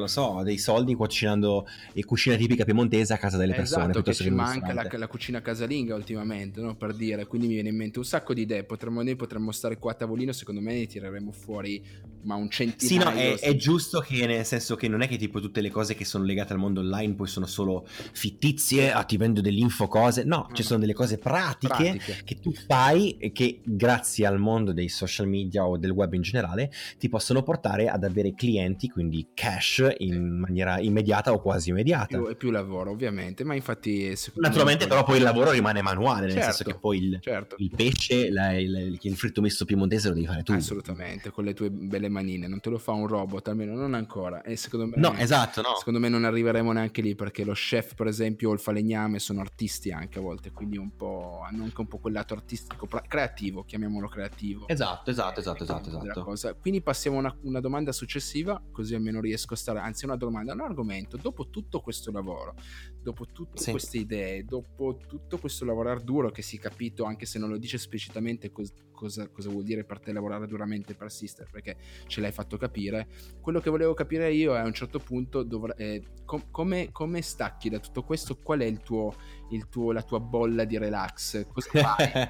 lo so, dei soldi cucinando e cucina tipica piemontese a casa delle persone. Esatto, che ci che in un manca la, ristorante. la cucina casalinga ultimamente, no? Per dire, quindi mi viene in mente un sacco di idee. Potremmo, noi potremmo stare qua a tavolino, secondo me ne tireremo fuori ma un Sì, no, centinaio. è, è giusto che nel senso che non è che tipo tutte le cose che sono legate al mondo online poi sono solo fittizie, ah, ti vendo dell'info cose, no, No, ci no. sono delle cose pratiche, Pratiche. che tu fai e che grazie al mondo dei social media o del web in generale ti possono portare ad avere clienti, quindi cash in maniera immediata o quasi immediata. Più, e più lavoro ovviamente, ma infatti secondo Naturalmente me però poi il lavoro rimane manuale, nel senso certo, che poi il, certo. il pesce, la- il, il fritto misto piemontese lo devi fare tu. Assolutamente, con le tue belle manine, non te lo fa un robot, almeno non ancora. E secondo me, No, esatto, no. secondo me non arriveremo neanche lì, perché lo chef, per esempio, o il falegname sono artisti anche a volte, quindi un po', hanno anche un po' quel lato artistico, pra- creativo, chiamiamolo creativo. Esatto, esatto, Eh, esatto, esatto, della esatto. cosa. Quindi passiamo a una, una domanda successiva, così almeno riesco a stare, anzi una domanda, un argomento. Dopo tutto questo lavoro, dopo tutte Sì. queste idee, dopo tutto questo lavorare duro, che si è capito, anche se non lo dice esplicitamente cos- cosa, cosa vuol dire per te lavorare duramente per Sister, perché ce l'hai fatto capire, quello che volevo capire io è a un certo punto dovra- eh, com- come, come stacchi da tutto questo, qual è il tuo, il tuo, la tua bolla di relax, cosa fai?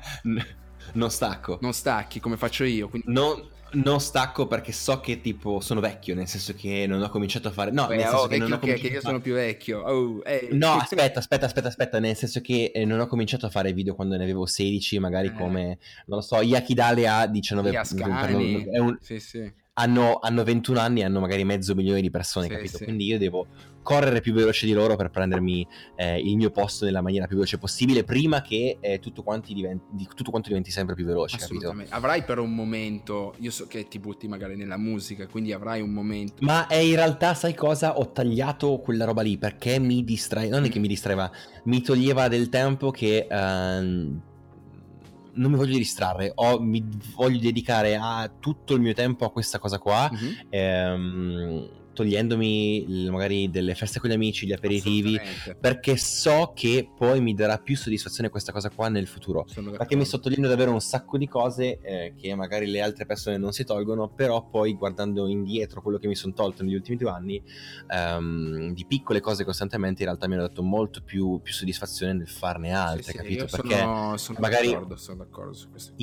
Non stacco. Non stacchi come faccio io, quindi Non, non stacco perché so che tipo sono vecchio, nel senso che non ho cominciato a fare... No, beh, nel senso oh, che non vecchio ho che, che cominciato io a sono fare... più vecchio. Oh, ehi. No, aspetta, aspetta, aspetta, aspetta, nel senso che eh, non ho cominciato a fare video quando ne avevo sedici, magari Eh. come, non lo so, Yakidale ha diciannove... Gli Ascani, è un- sì sì. hanno, hanno ventuno anni e hanno magari mezzo milione di persone, Sì, capito? sì. Quindi io devo correre più veloce di loro per prendermi eh, il mio posto nella maniera più veloce possibile, prima che eh, tutto, quanti diventi, di, tutto quanto diventi sempre più veloce, capito? Assolutamente. Avrai per un momento, io so che ti butti magari nella musica, quindi avrai un momento. Ma eh, in realtà, sai cosa? Ho tagliato quella roba lì perché mi distraeva, non è che mi distraeva, mi toglieva del tempo che ehm, non mi voglio distrarre, ho, mi voglio dedicare a tutto il mio tempo a questa cosa qua, Mhm. ehm, togliendomi il- magari delle feste con gli amici, gli aperitivi, Assolutamente. perché so che poi mi darà più soddisfazione questa cosa qua nel futuro. Sono d'accordo. Perché mi sto togliendo davvero un sacco di cose eh, che magari le altre persone non si tolgono, però poi guardando indietro quello che mi sono tolto negli ultimi due anni, ehm, di piccole cose costantemente, in realtà mi hanno dato molto più, più soddisfazione nel farne altre, Sì, sì, capito? io Perché sono, sono magari d'accordo, sono d'accordo su questo.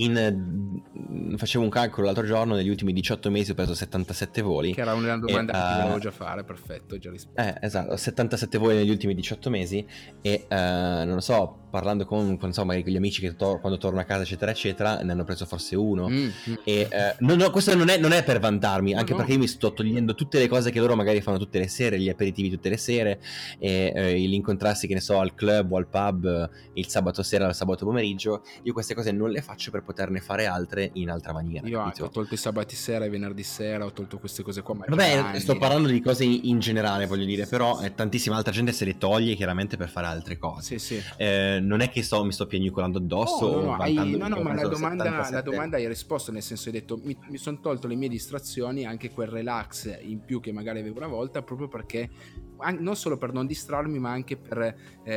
in, facevo un calcolo l'altro giorno, negli ultimi diciotto mesi ho preso settantasette voli. Che era una domanda e, che ti uh, volevo già fare, perfetto, già risposto. Eh, esatto, settantasette voli negli ultimi diciotto mesi e uh, non lo so, parlando con, con, so, magari con gli amici che tor- quando torno a casa eccetera eccetera, ne hanno preso forse uno. Mm, mm. E uh, no, no, questo non è, non è per vantarmi, No, anche no. perché io mi sto togliendo tutte le cose che loro magari fanno tutte le sere, gli aperitivi tutte le sere, e uh, gli incontrarsi, che ne so, al club o al pub uh, il sabato sera o il sabato pomeriggio. Io queste cose non le faccio per poterne fare altre in altra maniera. Io capito? ho tolto i sabati sera e i venerdì sera, ho tolto queste cose qua. Ma Vabbè, anni, sto no? parlando di cose in generale, voglio dire, però eh, tantissima altra gente se le toglie chiaramente per fare altre cose. Sì, sì. Eh, non è che sto, mi sto piagnucolando addosso No, no, no, o hai, vantandomi no, che no ho ma la preso domanda, la settantasette. domanda hai risposto, nel senso hai detto mi, mi sono tolto le mie distrazioni, anche quel relax in più che magari avevo una volta, proprio perché an- non solo per non distrarmi, ma anche per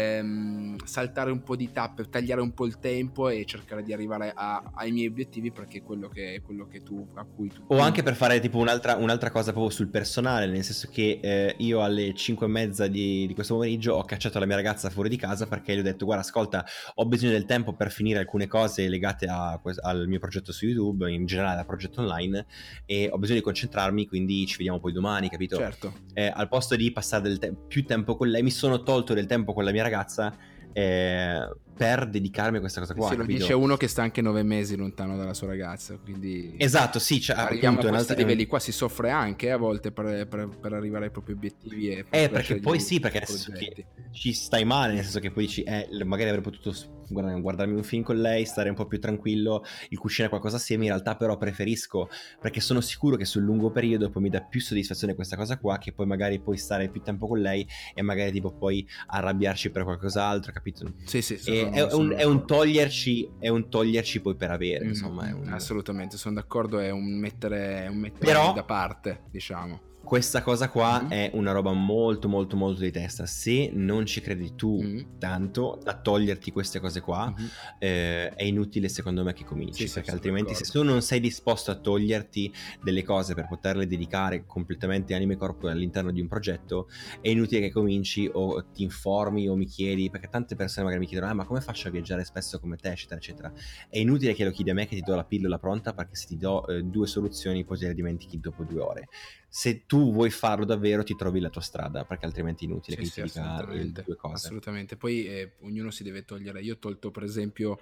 ehm, saltare un po' di tappe, tagliare un po' il tempo e cercare di arrivare a- ai miei obiettivi, perché è quello che, è quello che tu, a cui tu... O anche per fare tipo un'altra, un'altra cosa proprio sul personale, nel senso che eh, io alle cinque e mezza di, di questo pomeriggio ho cacciato la mia ragazza fuori di casa perché gli ho detto guarda ascolta, ho bisogno del tempo per finire alcune cose legate a, al mio progetto su YouTube, in generale al progetto online, e ho bisogno di concentrarmi, quindi ci vediamo poi domani, capito? Certo. Eh, al posto di passare del te- più tempo con lei, mi sono tolto del tempo con la mia ragazza eh, per dedicarmi a questa cosa qua. Se lo capito? dice uno che sta anche nove mesi lontano dalla sua ragazza, quindi... Esatto, sì, cioè, arriviamo appunto, a questi un'altra- livelli qua, si soffre anche a volte per, per, per arrivare ai propri obiettivi e Eh, per perché poi gli sì, perché nel senso che ci stai male, nel senso che poi dici, eh, magari avrei potuto guarda- guardarmi un film con lei, stare un po' più tranquillo, il cucinare qualcosa assieme, in realtà però preferisco, perché sono sicuro che sul lungo periodo poi mi dà più soddisfazione questa cosa qua, che poi magari puoi stare più tempo con lei e magari tipo poi arrabbiarci per qualcos'altro, capito? Sì, sì, E sono, è, sono un, è un d'accordo. toglierci, è un toglierci poi per avere, Mm, insomma. È un... assolutamente, sono d'accordo, è un mettere, è un mettere Però- da parte, diciamo. questa cosa qua Mhm. è una roba molto molto molto di testa. Se non ci credi tu Mhm. tanto da toglierti queste cose qua, Mhm. eh, è inutile secondo me che cominci, Sì, sì, perché sono altrimenti se d'accordo. tu non sei disposto a toglierti delle cose per poterle dedicare completamente anima e corpo all'interno di un progetto, è inutile che cominci o ti informi o mi chiedi, perché tante persone magari mi chiedono ah, ma come faccio a viaggiare spesso come te, eccetera eccetera. È inutile che lo chiedi a me che ti do la pillola pronta, perché se ti do eh, due soluzioni poi te le dimentichi dopo due ore. Se tu vuoi farlo davvero ti trovi la tua strada, perché altrimenti è inutile Sì, che io sì, ti dica eh, assolutamente, due cose. assolutamente. Poi eh, ognuno si deve togliere. Io ho tolto per esempio,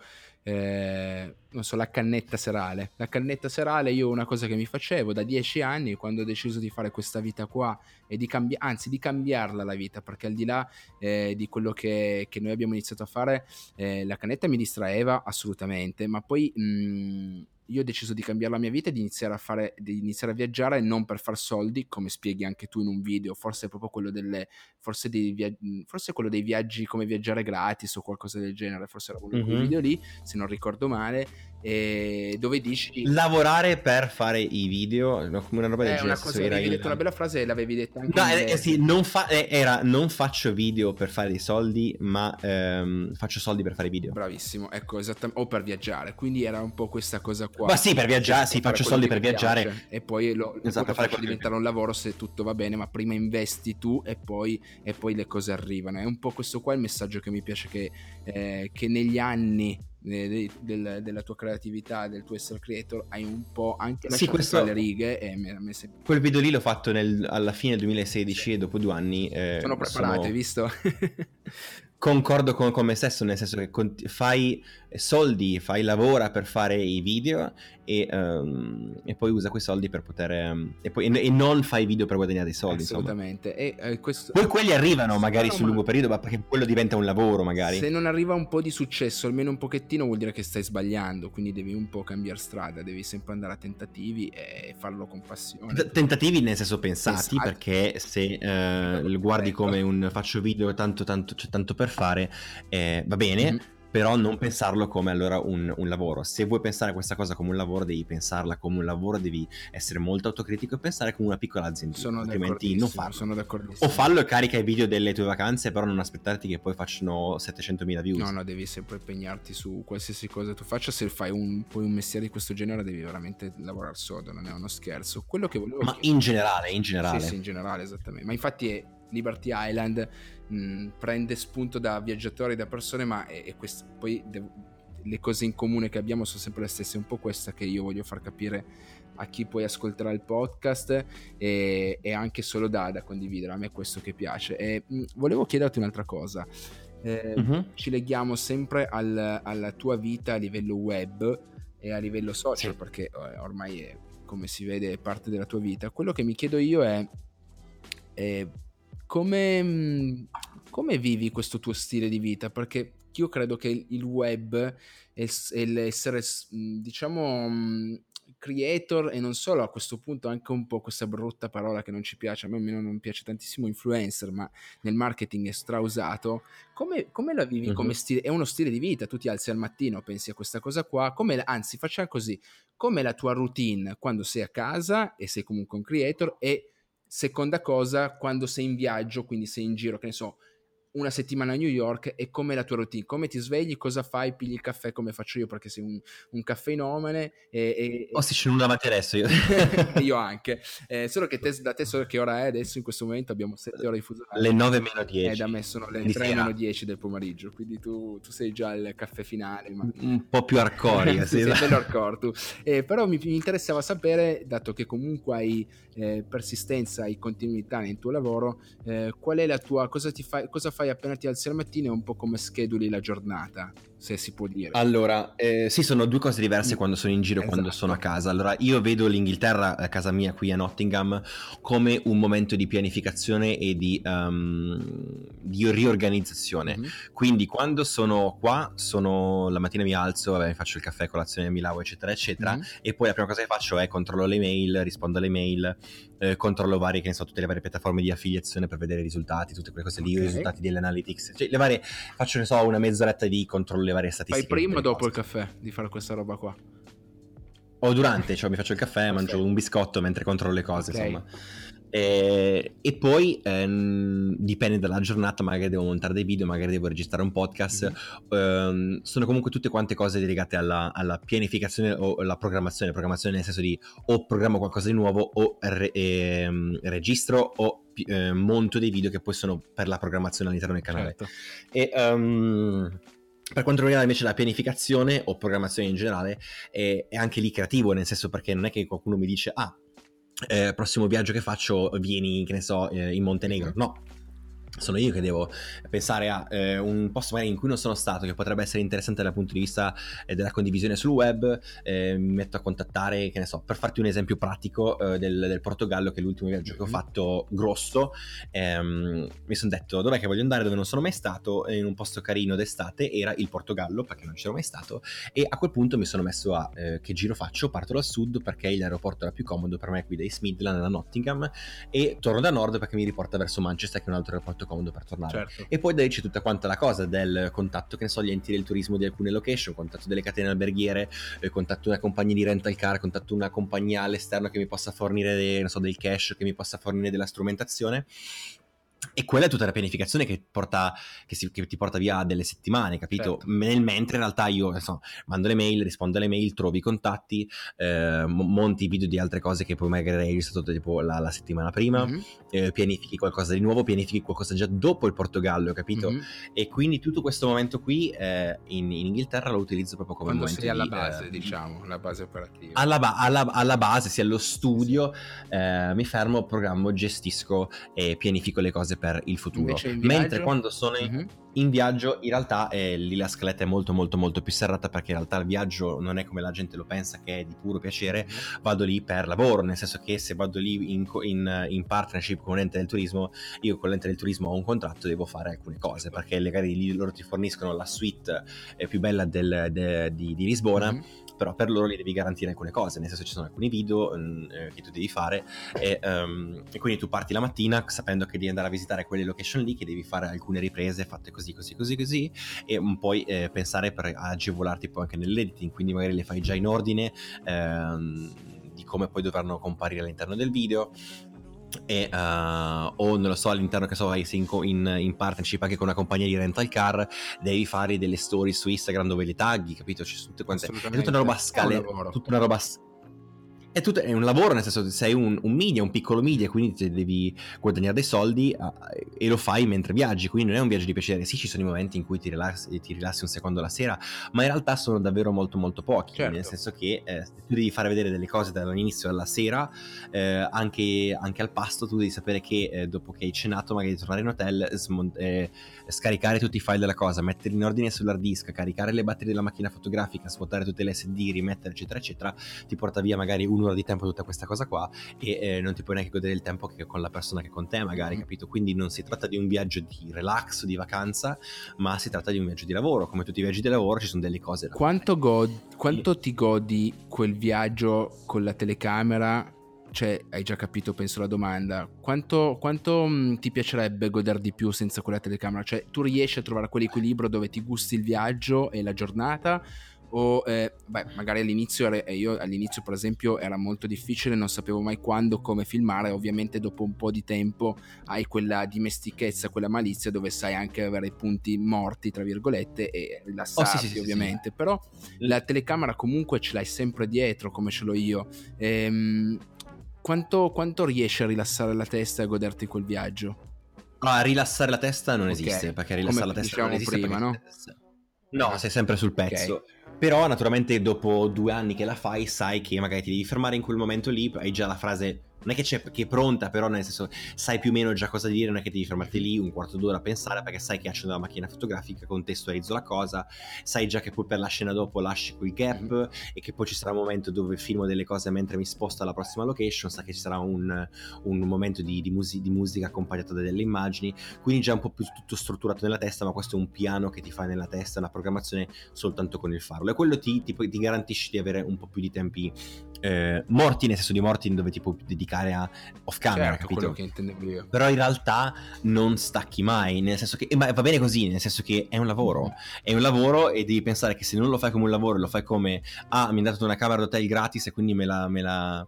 eh, non so, la cannetta serale. La cannetta serale io una cosa che mi facevo da dieci anni, quando ho deciso di fare questa vita qua e di cambiare, anzi di cambiarla la vita, perché al di là eh, di quello che, che noi abbiamo iniziato a fare, eh, la cannetta mi distraeva assolutamente, ma poi... Mh, io ho deciso di cambiare la mia vita e di iniziare a fare, di iniziare a viaggiare non per far soldi, come spieghi anche tu in un video, forse è proprio quello delle, forse dei via- forse quello dei viaggi come viaggiare gratis o qualcosa del genere, forse era uno di quei Mm-hmm. video lì, se non ricordo male, e dove dici Lavorare per fare i video, no, come una roba del è genere, una nel senso cosa, era avevi il... detto una bella frase e l'avevi detta anche No, in eh, eh, inglese. sì, non fa- eh, era non faccio video per fare dei soldi, ma ehm, faccio soldi per fare video. Bravissimo, ecco, esattamente, o per viaggiare, quindi era un po' questa cosa qua. Ma sì, per viaggiare, Esatto, sì, per fare faccio quello soldi che per mi viaggiare. piace e poi lo, e poi Esatto, lo per fare faccio quello che mi diventare piace. un lavoro se tutto va bene, ma prima investi tu e poi, e poi le cose arrivano. È un po' questo qua il messaggio che mi piace, che, eh, che negli anni eh, del, della tua creatività, del tuo essere creator, hai un po' anche Sì, lasciato tra le questo, righe e me, me sei... quel video lì l'ho fatto nel- alla fine del duemilasedici Sì. e dopo due anni eh, Sono preparato, hai sono... visto? Concordo con, con me stesso, nel senso che conti- fai soldi, fai lavora per fare i video e, ehm, e poi usa quei soldi per poter... ehm, e, poi, e non fai video per guadagnare dei soldi, insomma. Assolutamente. E eh, questo... Poi quelli arrivano Sì, no, magari no, sul ma lungo periodo, ma perché quello diventa un lavoro magari. se non arriva un po' di successo, almeno un pochettino, vuol dire che stai sbagliando, quindi devi un po' cambiare strada, devi sempre andare a tentativi e farlo con passione. T- Tentativi nel senso pensati, Pensate. perché se eh, lo guardi come un faccio video tanto tanto, cioè, tanto per fare, eh, va bene, Mhm. però non pensarlo come allora un, un lavoro. Se vuoi pensare a questa cosa come un lavoro, devi pensarla come un lavoro, devi essere molto autocritico e pensare come una piccola aziendina, Sono altrimenti non d'accordissimo, farlo. sono O d'accordissimo. fallo e carica i video delle tue vacanze, però non aspettarti che poi facciano settecentomila views. No, no, devi sempre impegnarti su qualsiasi cosa tu faccia. Se fai un, poi un mestiere di questo genere, devi veramente lavorare sodo, non è uno scherzo. Quello che volevo Ma chiedere... in generale, in generale. Sì, sì, in generale, esattamente. Ma infatti è Liberty Island, mh, prende spunto da viaggiatori, da persone, ma è, è questo. Poi devo, le cose in comune che abbiamo sono sempre le stesse. È un po' questa che io voglio far capire a chi poi ascolterà il podcast e, e anche solo da, da condividere. A me è questo che piace. E, mh, volevo chiederti un'altra cosa. Eh, Mm-hmm. Ci leghiamo sempre al, alla tua vita a livello web e a livello social, Sì. perché eh, ormai è, come si vede, è parte della tua vita. Quello che mi chiedo io è, è come, come vivi questo tuo stile di vita, perché io credo che il web e l'essere, diciamo, creator, e non solo, a questo punto anche un po' questa brutta parola che non ci piace, a me non piace tantissimo influencer, ma nel marketing è strausato. Come, come la vivi come Mm-hmm. stile? È uno stile di vita, tu ti alzi al mattino, pensi a questa cosa qua, come, anzi facciamo così, come la tua routine quando sei a casa e sei comunque un creator, e seconda cosa quando sei in viaggio, quindi sei in giro, che ne so, una settimana a New York, e come la tua routine, come ti svegli, cosa fai, pigli il caffè come faccio io perché sei un, un caffeinomane e, e, Oh sì, ce l'ho davanti adesso io. e io anche, eh, solo che te, da te so che ora è adesso, in questo momento abbiamo sette ore di fuso orario. Le nove meno E dieci. da me sono le Di tre sera. meno dieci del pomeriggio, quindi tu, tu sei già il caffè finale, ma... Un po' più hardcore. sì, sei bello hardcore tu. Eh, però mi, mi interessava sapere, dato che comunque hai eh, persistenza, hai continuità nel tuo lavoro, eh, qual è la tua, cosa ti fai, cosa fai appena ti alzi al mattino, e un po' come scheduli la giornata, se si può dire. Allora, eh, sì, sono due cose diverse Mm. quando sono in giro e quando Esatto. sono a casa. Allora, io vedo l'Inghilterra, a casa mia qui a Nottingham, come un momento di pianificazione e di, um, di riorganizzazione. Mhm. Quindi quando sono qua, sono la mattina mi alzo, vabbè, mi faccio il caffè, colazione, mi lavo, eccetera, eccetera, Mhm. e poi la prima cosa che faccio è controllo le mail, rispondo alle mail, eh, controllo varie, che ne so, tutte le varie piattaforme di affiliazione per vedere i risultati, tutte quelle cose lì, Ok. i risultati delle analytics, cioè le varie, faccio, ne so, una mezz'oretta di controllo le varie statistiche. Fai prima o dopo il cose. caffè di fare questa roba qua? O durante, cioè mi faccio il caffè, Ok. mangio un biscotto mentre controllo le cose, Ok. insomma. Eh, e poi ehm, dipende dalla giornata, magari devo montare dei video, magari devo registrare un podcast. Mm-hmm. ehm, sono comunque tutte quante cose legate alla, alla pianificazione o alla programmazione, programmazione nel senso di o programmo qualcosa di nuovo o re, ehm, registro o eh, monto dei video che poi sono per la programmazione all'interno del canale. Certo. E um, per quanto riguarda invece la pianificazione o programmazione in generale, è, è anche lì creativo, nel senso, perché non è che qualcuno mi dice ah, eh, prossimo viaggio che faccio vieni, che ne so, eh, in Montenegro. No, sono io che devo pensare a eh, un posto magari in cui non sono stato, che potrebbe essere interessante dal punto di vista eh, della condivisione sul web. eh, mi metto a contattare, che ne so, per farti un esempio pratico eh, del, del Portogallo, che è l'ultimo viaggio che ho fatto grosso. ehm, mi sono detto dov'è che voglio andare, dove non sono mai stato, in un posto carino d'estate era il Portogallo, perché non c'ero mai stato, e a quel punto mi sono messo a eh, che giro faccio, parto dal sud perché l'aeroporto era più comodo per me qui da East Midland a Nottingham, e torno da nord perché mi riporta verso Manchester, che è un altro aeroporto comodo per tornare. Certo. E poi da lì c'è tutta quanta la cosa del contatto, che ne so, gli enti del turismo di alcune location, contatto delle catene alberghiere, eh, contatto una compagnia di rental car, contatto una compagnia all'esterno che mi possa fornire de, non so, del cash, che mi possa fornire della strumentazione. E quella è tutta la pianificazione che, porta, che, si, che ti porta via delle settimane, capito? Certo. Nel mentre in realtà io so, mando le mail, rispondo alle mail, trovi i contatti, eh, monti video di altre cose che poi magari hai registrato tipo la, la settimana prima, mm-hmm. eh, pianifichi qualcosa di nuovo, pianifichi qualcosa già dopo il Portogallo, capito? Mm-hmm. E quindi tutto questo momento qui eh, in, in Inghilterra lo utilizzo proprio come quando momento sei alla di, base, eh, diciamo, la base operativa. Alla, ba- alla, alla base, sia allo studio, sì. eh, mi fermo, programmo, gestisco e pianifico le cose per il futuro. Mentre quando sono in, mm-hmm. in viaggio, in realtà eh, lì la scaletta è molto molto molto più serrata, perché in realtà il viaggio non è come la gente lo pensa, che è di puro piacere. Mm-hmm. Vado lì per lavoro, nel senso che se vado lì in, in, in partnership con un ente del turismo, io con l'ente del turismo ho un contratto, devo fare alcune cose, perché magari lì loro ti forniscono la suite eh, più bella del, de, di, di Lisbona. Mm-hmm. Però per loro li devi garantire alcune cose, nel senso ci sono alcuni video eh, che tu devi fare e, um, e quindi tu parti la mattina sapendo che devi andare a visitare quelle location lì, che devi fare alcune riprese fatte così così così così, e poi eh, pensare per agevolarti poi anche nell'editing, quindi magari le fai già in ordine ehm, di come poi dovranno comparire all'interno del video. E, uh, o non lo so, all'interno che so vai in, in, in partnership anche con una compagnia di rental car, devi fare delle stories su Instagram dove le tagli, capito? C'è tutte quante, è tutta una roba a scale, tutta una roba è, tutto, è un lavoro, nel senso che sei un, un media, un piccolo media, quindi ti devi guadagnare dei soldi uh, e lo fai mentre viaggi, quindi non è un viaggio di piacere. Sì, ci sono i momenti in cui ti rilassi, ti rilassi un secondo la sera, ma in realtà sono davvero molto molto pochi, certo. Nel senso che eh, tu devi fare vedere delle cose dall'inizio alla sera, eh, anche, anche al pasto tu devi sapere che eh, dopo che hai cenato magari devi tornare in hotel, smont- eh, scaricare tutti i file della cosa, metterli in ordine sull'hard disk, caricare le batterie della macchina fotografica, svuotare tutte le S D, rimettere eccetera eccetera, ti porta via magari un un'ora di tempo tutta questa cosa qua, e eh, non ti puoi neanche godere il tempo che con la persona che è con te magari, mm-hmm. capito? Quindi non si tratta di un viaggio di relax, di vacanza, ma si tratta di un viaggio di lavoro. Come tutti i viaggi di lavoro ci sono delle cose da quanto godi, quanto ti godi quel viaggio con la telecamera? Cioè, hai già capito, penso, la domanda. Quanto, quanto mh, ti piacerebbe godere di più senza quella telecamera? Cioè, tu riesci a trovare quell'equilibrio dove ti gusti il viaggio e la giornata? O eh, beh, magari all'inizio era, io all'inizio per esempio era molto difficile, non sapevo mai quando, come filmare. Ovviamente dopo un po' di tempo hai quella dimestichezza, quella malizia dove sai anche avere i punti morti tra virgolette e rilassarti, oh, sì, sì, ovviamente, sì, sì. Però la telecamera comunque ce l'hai sempre dietro, come ce l'ho io. ehm, quanto, quanto riesci a rilassare la testa e a goderti quel viaggio? No, a rilassare la testa non okay. esiste, perché rilassare come la testa non esiste prima, no? No, sei sempre sul pezzo. Okay. Però naturalmente dopo due anni che la fai, sai che magari ti devi fermare in quel momento lì, hai già la frase, non è che c'è che è pronta, però nel senso sai più o meno già cosa dire, non è che devi fermarti lì un quarto d'ora a pensare, perché sai che accendo la macchina fotografica, contestualizzo la cosa, sai già che poi per la scena dopo lasci quel gap mm-hmm. e che poi ci sarà un momento dove filmo delle cose mentre mi sposto alla prossima location, sai che ci sarà un, un momento di, di, mus- di musica accompagnato da delle immagini, quindi già un po' più tutto strutturato nella testa, ma questo è un piano che ti fai nella testa, una programmazione soltanto con il farlo, e quello ti, ti, ti garantisce di avere un po' più di tempi eh, morti, nel senso di morti dove ti puoi dedicare a off camera, certo, capito? Quello che intendevo io. Però in realtà non stacchi mai, nel senso che ma va bene così, nel senso che è un lavoro, mm-hmm. è un lavoro, e devi pensare che se non lo fai come un lavoro, lo fai come ah mi hanno dato una camera d'hotel gratis e quindi me la, me la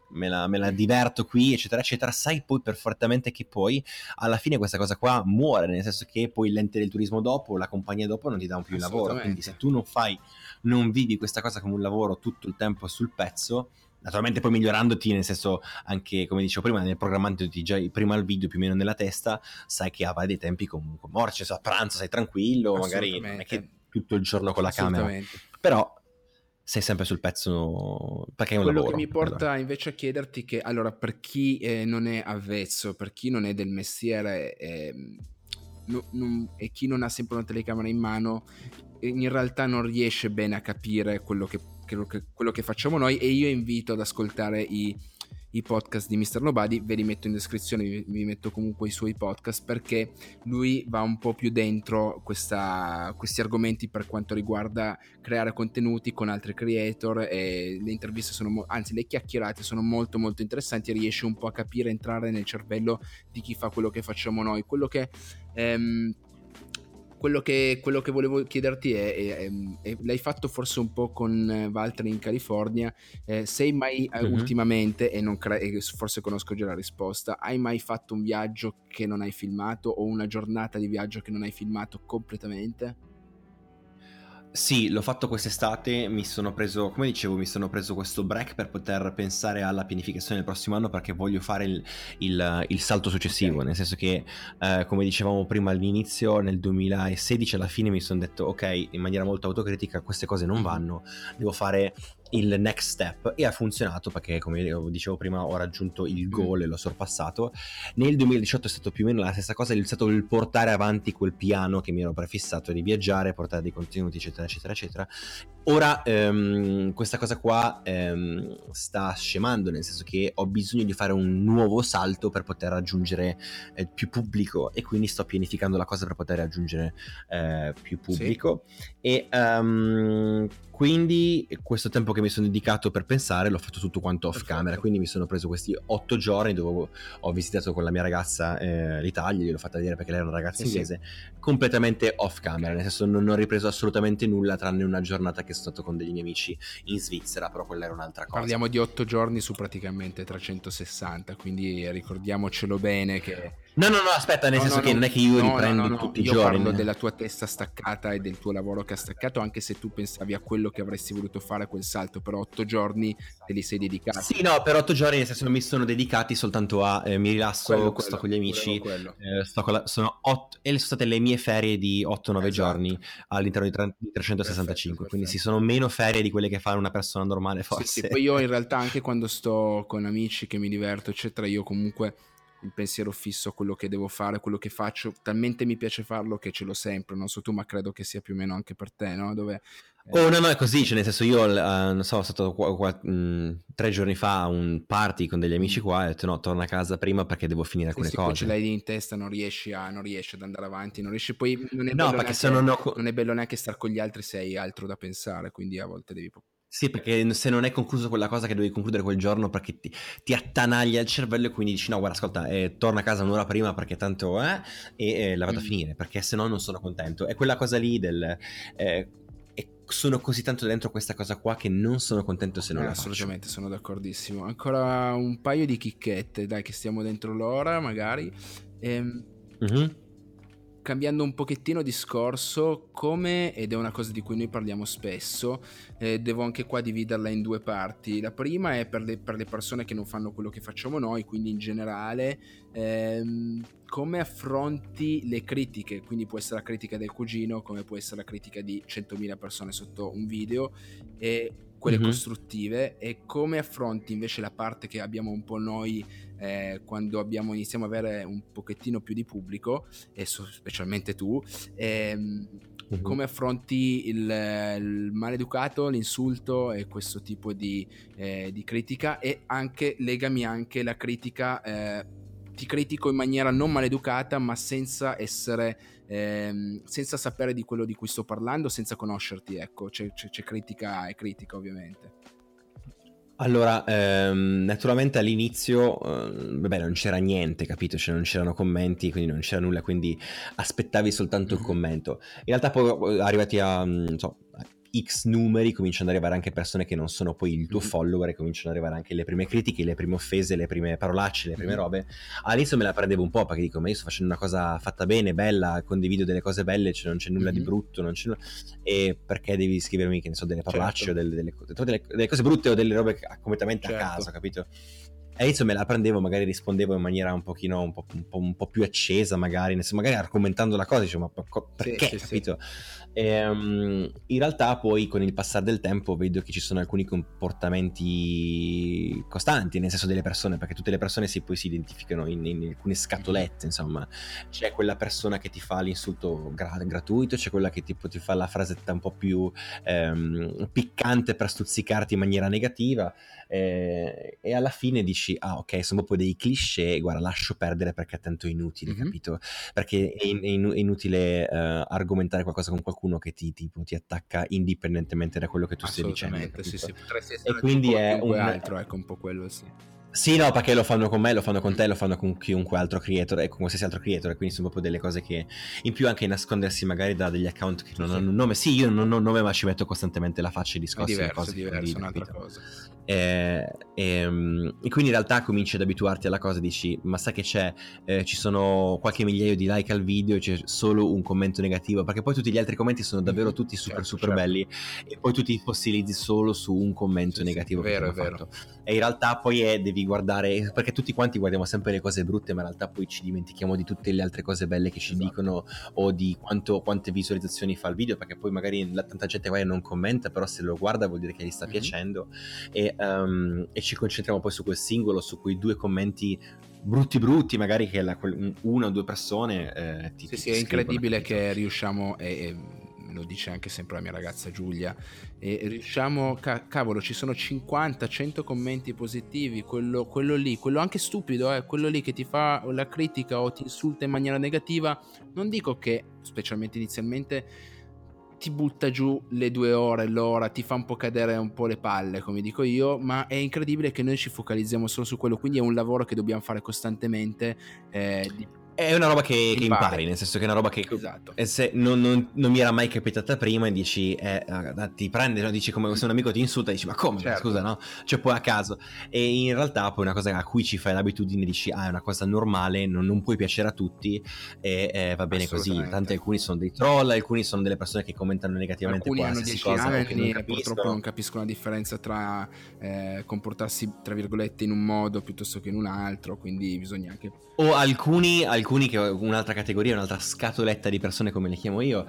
me la, me la diverto qui, eccetera, eccetera, sai poi perfettamente che poi alla fine questa cosa qua muore, nel senso che poi l'ente del turismo dopo, la compagnia dopo non ti dà più il lavoro, quindi se tu non fai, non vivi questa cosa come un lavoro tutto il tempo sul pezzo, naturalmente poi migliorandoti, nel senso anche come dicevo prima, nel programmandoti già prima il video più o meno nella testa, sai che avrai dei tempi comunque morti, cioè a pranzo sei tranquillo, magari non è che tutto il giorno con la camera, però sei sempre sul pezzo perché è un quello lavoro. Che mi porta allora. invece a chiederti che allora per chi eh, non è avvezzo, per chi non è del mestiere eh, no, non, e chi non ha sempre una telecamera in mano, in realtà non riesce bene a capire quello che, quello che, quello che facciamo noi, e io invito ad ascoltare i i podcast di mister Nobody, ve li metto in descrizione, vi, vi metto comunque i suoi podcast, perché lui va un po' più dentro questa, questi argomenti per quanto riguarda creare contenuti con altri creator, e le interviste sono, anzi le chiacchierate sono molto molto interessanti, e riesce un po' a capire, entrare nel cervello di chi fa quello che facciamo noi. Quello che ehm, Quello che, quello che volevo chiederti è, è, è, è l'hai fatto forse un po' con Valtteri in California, eh, sei mai uh-huh. ultimamente, e, non cre- e forse conosco già la risposta, hai mai fatto un viaggio che non hai filmato, o una giornata di viaggio che non hai filmato completamente? Sì, l'ho fatto quest'estate, mi sono preso, come dicevo, mi sono preso questo break per poter pensare alla pianificazione del prossimo anno, perché voglio fare il, il, il salto successivo, okay. Nel senso che, eh, come dicevamo prima all'inizio, nel duemilasedici alla fine mi sono detto, ok, in maniera molto autocritica, queste cose non vanno, devo fare il next step, e ha funzionato perché, come dicevo prima, ho raggiunto il goal mm. e l'ho sorpassato. Nel duemiladiciotto è stato più o meno la stessa cosa, è stato il portare avanti quel piano che mi ero prefissato di viaggiare, portare dei contenuti, eccetera eccetera eccetera. Ora ehm, questa cosa qua ehm, sta scemando, nel senso che ho bisogno di fare un nuovo salto per poter raggiungere eh, più pubblico, e quindi sto pianificando la cosa per poter raggiungere eh, più pubblico, sì. E um, quindi questo tempo che mi sono dedicato per pensare l'ho fatto tutto quanto off Perfetto. camera, quindi mi sono preso questi otto giorni dove ho visitato con la mia ragazza eh, l'Italia, gliel'ho fatta vedere perché lei è una ragazza sì, inglese, sì. completamente off camera, nel senso non ho ripreso assolutamente nulla tranne una giornata che sono stato con degli miei amici in Svizzera, però quella era un'altra cosa. Parliamo di otto giorni su praticamente trecentosessanta, quindi ricordiamocelo bene che... No, no, no, aspetta, nel no, senso no, che no, non è che io no, riprendo no, no, tutti no. i giorni. Io parlo della tua testa staccata e del tuo lavoro che ha staccato, anche se tu pensavi a quello che avresti voluto fare, quel salto, però otto giorni te li sei dedicati. Sì, no, per otto giorni nel senso non mi sono dedicati soltanto a eh, mi rilasso, quello, quello, sto con gli amici, eh, sto con la, sono otto, e sono state le mie ferie di otto nove esatto. giorni all'interno di, tre, di trecentosessantacinque, perfetto, quindi perfetto. Sì, sono meno ferie di quelle che fa una persona normale forse. Sì, sì, poi io in realtà anche quando sto con amici che mi diverto eccetera, io comunque il pensiero fisso a quello che devo fare, quello che faccio, talmente mi piace farlo che ce l'ho sempre, non so tu, ma credo che sia più o meno anche per te, no? Dove Oh no, no, è così, cioè nel senso io, uh, non so, sono stato qua, qua, mh, tre giorni fa a un party con degli amici qua e ho detto no, torno a casa prima perché devo finire alcune sì, cose. Poi ce l'hai lì in testa, non riesci, a, non riesci ad andare avanti, non riesci, poi non è, no, bello, perché neanche, se non, ho... non è bello neanche star con gli altri se hai altro da pensare, quindi a volte devi... Sì, perché se non è concluso quella cosa che dovevi concludere quel giorno, perché ti, ti attanaglia il cervello e quindi dici no, guarda, ascolta, eh, torna a casa un'ora prima perché tanto eh, e eh, la vado mm. a finire, perché se no non sono contento. È quella cosa lì del... Eh, sono così tanto dentro questa cosa qua che non sono contento se non eh, la assolutamente, faccio. sono d'accordissimo. Ancora un paio di chicchette, dai, che stiamo dentro l'ora magari. Ehm, mm-hmm. Cambiando un pochettino discorso, come, ed è una cosa di cui noi parliamo spesso, eh, devo anche qua dividerla in due parti. La prima è per le, per le persone che non fanno quello che facciamo noi, quindi in generale, ehm, come affronti le critiche, quindi può essere la critica del cugino, come può essere la critica di centomila persone sotto un video, e quelle mm-hmm. costruttive, e come affronti invece la parte che abbiamo un po' noi eh, quando abbiamo iniziamo ad avere un pochettino più di pubblico, e so, specialmente tu, ehm, mm-hmm. come affronti il, il maleducato, l'insulto e questo tipo di, eh, di critica, e anche legami anche la critica, eh, ti critico in maniera non maleducata ma senza essere ehm, senza sapere di quello di cui sto parlando, senza conoscerti, ecco, c'è, c'è, c'è critica e critica ovviamente. Allora, ehm, naturalmente all'inizio, eh, vabbè, non c'era niente, capito? Cioè non c'erano commenti, quindi non c'era nulla, quindi aspettavi soltanto mm-hmm. il commento. In realtà poi arrivati a, non so, X numeri cominciano ad arrivare anche persone che non sono poi il tuo Mhm. follower, e cominciano ad arrivare anche le prime critiche, le prime offese, le prime parolacce, le prime Mhm. robe. All'inizio me la prendevo un po' perché dico, ma io sto facendo una cosa fatta bene, bella, condivido delle cose belle, cioè non c'è nulla di Mhm. brutto, non c'è nulla, e perché devi scrivermi, che ne so, delle parolacce Certo, o delle, delle, delle- delle cose brutte o delle robe che- completamente a certo. caso, capito? All'inizio me la prendevo, magari rispondevo in maniera un pochino un po', un po', un po' più accesa, magari, nel senso, magari argomentando la cosa, dicevo, ma per- Sì, perché, sì, sì. capito? Ehm, in realtà poi con il passare del tempo vedo che ci sono alcuni comportamenti costanti, nel senso delle persone, perché tutte le persone si, poi si identificano in, in alcune scatolette, insomma. C'è quella persona che ti fa l'insulto gra- gratuito, c'è quella che tipo ti fa la frasetta un po' più ehm, piccante per stuzzicarti in maniera negativa, eh, e alla fine dici, ah ok, sono proprio dei cliché, guarda, lascio perdere perché tanto è inutile, Mhm. capito? Perché è, in- è in- è inutile eh, argomentare qualcosa con qualcuno che ti, tipo, ti attacca indipendentemente da quello che tu stai dicendo, Assolutamente, sì, capito? sì, potresti E essere tipo quindi con è chiunque un... altro, ecco, un po' quello, sì. Sì, no, perché lo fanno con me, lo fanno con Mm. te, lo fanno con chiunque altro creator e con qualsiasi altro creator, e quindi sono proprio delle cose che in più anche nascondersi magari da degli account che Sì, non sì. hanno un nome. Sì, io non ho un nome, ma ci metto costantemente la faccia, i È discorsi, le diverso, è cose che diverso, è condivido, un'altra capito? cosa. E, e, e quindi in realtà cominci ad abituarti alla cosa, dici, ma sai che c'è, eh, ci sono qualche migliaio di like al video e c'è solo un commento negativo, perché poi tutti gli altri commenti sono davvero Mhm. tutti super Certo, super certo. belli, e poi tu ti fossilizzi solo su un commento Sì, sì, è negativo che ti vero, è hanno vero. fatto. E in realtà poi è, devi guardare, perché tutti quanti guardiamo sempre le cose brutte, ma in realtà poi ci dimentichiamo di tutte le altre cose belle che ci Esatto. dicono, o di quanto, quante visualizzazioni fa il video, perché poi magari la, tanta gente magari non commenta, però se lo guarda vuol dire che gli sta Mhm. piacendo, e, um, e ci concentriamo poi su quel singolo, su quei due commenti brutti brutti, magari che la, quel, una o due persone eh, ti, Sì, ti, sì, ti è scrivono, incredibile capito? che riusciamo, e, e me lo dice anche sempre la mia ragazza Giulia, e riusciamo, ca- cavolo, ci sono cinquanta cento commenti positivi, quello, quello lì, quello anche stupido, eh, quello lì che ti fa la critica o ti insulta in maniera negativa, non dico che, specialmente inizialmente, ti butta giù le due ore, l'ora, ti fa un po' cadere un po' le palle, come dico io, ma è incredibile che noi ci focalizziamo solo su quello, quindi è un lavoro che dobbiamo fare costantemente, eh, di, È una roba che, che impari. impari, nel senso che è una roba che Esatto. eh, se non, non- non mi era mai capitata prima, e dici, eh, ah, ti prende, no? Dici come se un amico ti insulta, dici, ma come? Ma Certo. scusa, no? Cioè poi a caso. E in realtà poi una cosa a cui ci fai l'abitudine, dici, ah, è una cosa normale, non, non puoi piacere a tutti, e eh, va bene così. Tanti Assolutamente. alcuni sono dei troll, alcuni sono delle persone che commentano negativamente Alcuni hanno qualsiasi dieci cosa o che non anni e purtroppo non capiscono. capiscono la differenza tra eh, comportarsi, tra virgolette, in un modo piuttosto che in un altro, quindi bisogna anche... O alcuni, alcuni che un'altra categoria, un'altra scatoletta di persone come le chiamo io,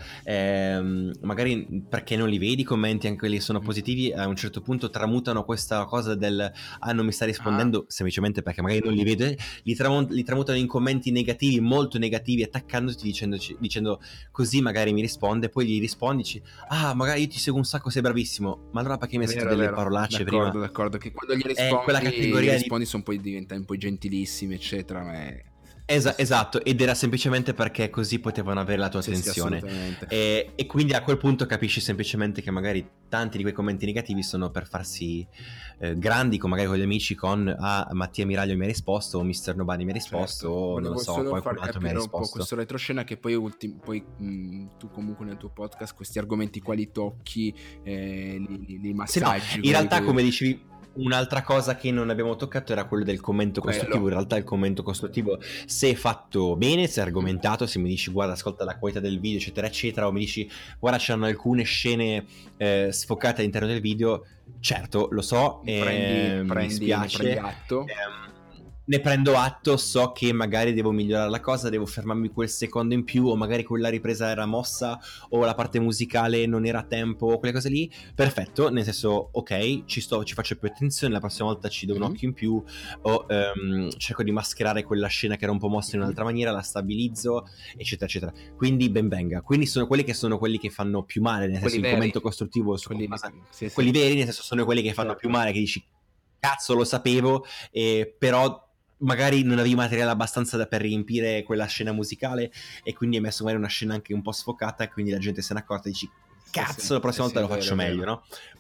ehm, magari perché non li vedi i commenti, anche quelli che sono Mm. positivi, a un certo punto tramutano questa cosa del ah non mi sta Ah, rispondendo, semplicemente perché magari non li vede, li, tramu- li tramutano in commenti negativi, molto negativi, attaccandoti, dicendoci, dicendo così magari mi risponde, poi gli rispondi, dici, ah magari io ti seguo un sacco, sei bravissimo, ma allora perché mi è hai scritto vero, è delle vero, parolacce prima? d'accordo, d'accordo, che quando gli È quella rispondi, gli categoria di... rispondi sono poi diventano poi gentilissimi, eccetera, ma è... Sì, Esa- sì, sì. esatto, ed era semplicemente perché così potevano avere la tua Sì, sì, attenzione. assolutamente. E, e quindi a quel punto capisci semplicemente che magari tanti di quei commenti negativi sono per farsi eh, grandi, con magari con gli amici, con ah, Mattia Miraglio mi ha risposto, o mister Nobody mi ha risposto, Certo, o non lo volevo so, solo qualcun far altro mi ha capire un po' risposto. questo retroscena che poi, ultim- poi mh, tu comunque nel tuo podcast questi argomenti qua li tocchi, eh, li, li, li Sì, no, massaggi. in realtà come- come dicevi, un'altra cosa che non abbiamo toccato era quello del commento costruttivo. quello. In realtà il commento costruttivo, se fatto bene, se argomentato, se mi dici guarda ascolta la qualità del video eccetera eccetera, o mi dici guarda c'erano alcune scene eh, sfocate all'interno del video, certo lo so, Ne prendi, eh, ne mi prendi, ne prendi dispiace, atto. ehm, ne prendo atto, so che magari devo migliorare la cosa, devo fermarmi quel secondo in più, o magari quella ripresa era mossa, o la parte musicale non era a tempo, o quelle cose lì. Perfetto, nel senso, ok, ci sto, ci faccio più attenzione, la prossima volta ci do un Mhm. occhio in più, o ehm, cerco di mascherare quella scena che era un po' mossa in un'altra maniera, la stabilizzo, eccetera, eccetera. Quindi ben venga. Quindi sono quelli che sono quelli che fanno più male, nel senso Quelli il veri. commento costruttivo su Quelli, qualcosa- sì, sì. quelli veri, nel senso sono quelli che fanno Certo. più male, che dici cazzo lo sapevo, eh, però magari non avevi materiale abbastanza da per riempire quella scena musicale, e quindi hai messo magari una scena anche un po' sfocata, e quindi la gente se n'è accorta e dici cazzo Sì, sì. la prossima Eh sì, volta è lo vero, faccio è meglio, vero. no? Però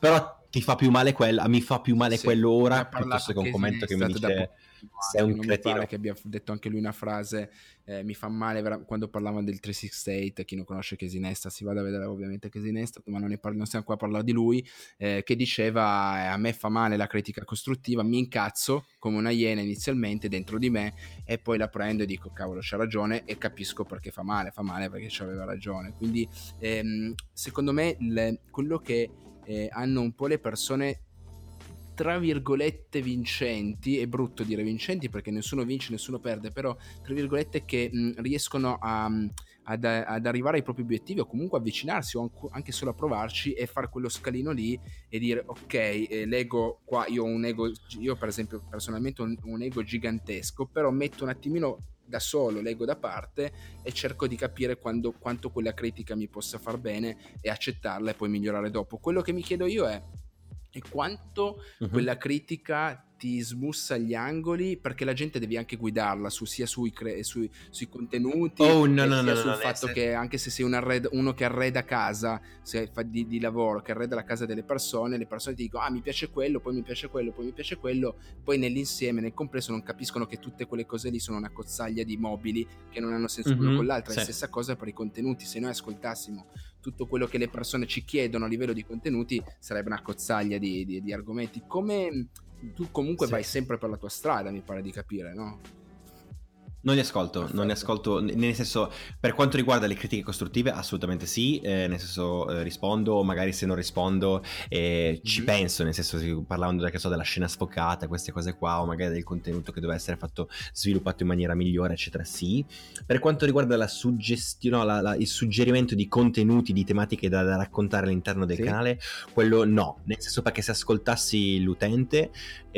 ti fa più male quella, mi fa più male sì, quello ora piuttosto che un commento che mi dice sei un non cretino. Mi pare che abbia detto anche lui una frase, eh, mi fa male vera- quando parlavano del trecentosessantotto, chi non conosce Casey Neistat si vada a vedere ovviamente Casey Neistat, ma non, ne parli, non stiamo qua a parlare di lui, eh, che diceva eh, a me fa male la critica costruttiva, mi incazzo come una iena inizialmente dentro di me e poi la prendo e dico cavolo c'ha ragione e capisco perché fa male, fa male perché c'aveva ragione. Quindi ehm, secondo me il, quello che eh, hanno un po' le persone tra virgolette vincenti, è brutto dire vincenti perché nessuno vince, nessuno perde, però tra virgolette che mh, riescono a, ad, ad arrivare ai propri obiettivi o comunque avvicinarsi o anche solo a provarci e fare quello scalino lì e dire ok, eh, l'ego qua, io ho un ego, io per esempio personalmente ho un, un ego gigantesco, però metto un attimino da solo l'ego da parte e cerco di capire quando, quanto quella critica mi possa far bene e accettarla e poi migliorare dopo. Quello che mi chiedo io è e quanto uh-huh. quella critica ti smussa gli angoli, perché la gente devi anche guidarla su, sia sui, cre- sui, sui contenuti oh, no, no, sia no, sul no, fatto no, che anche se sei un arred- uno che arreda casa, se fa di, di lavoro, che arreda la casa delle persone, le persone ti dicono ah mi piace quello, poi mi piace quello, poi mi piace quello, poi nell'insieme, nel complesso non capiscono che tutte quelle cose lì sono una cozzaglia di mobili che non hanno senso uh-huh. l'uno con l'altro. Sì. È la stessa cosa per i contenuti, se noi ascoltassimo tutto quello che le persone ci chiedono a livello di contenuti sarebbe una cozzaglia di, di, di argomenti. Come tu comunque sì. vai sempre per la tua strada, mi pare di capire, no? Non li ascolto, Perfetto. non ne ascolto, nel senso, per quanto riguarda le critiche costruttive assolutamente sì, eh, nel senso eh, rispondo, o magari se non rispondo eh, mm-hmm. ci penso, nel senso parlando che so, della scena sfocata, queste cose qua, o magari del contenuto che deve essere fatto, sviluppato in maniera migliore, eccetera, sì. Per quanto riguarda la suggestione, no, la, la, il suggerimento di contenuti, di tematiche da, da raccontare all'interno del sì. canale, quello no, nel senso perché se ascoltassi l'utente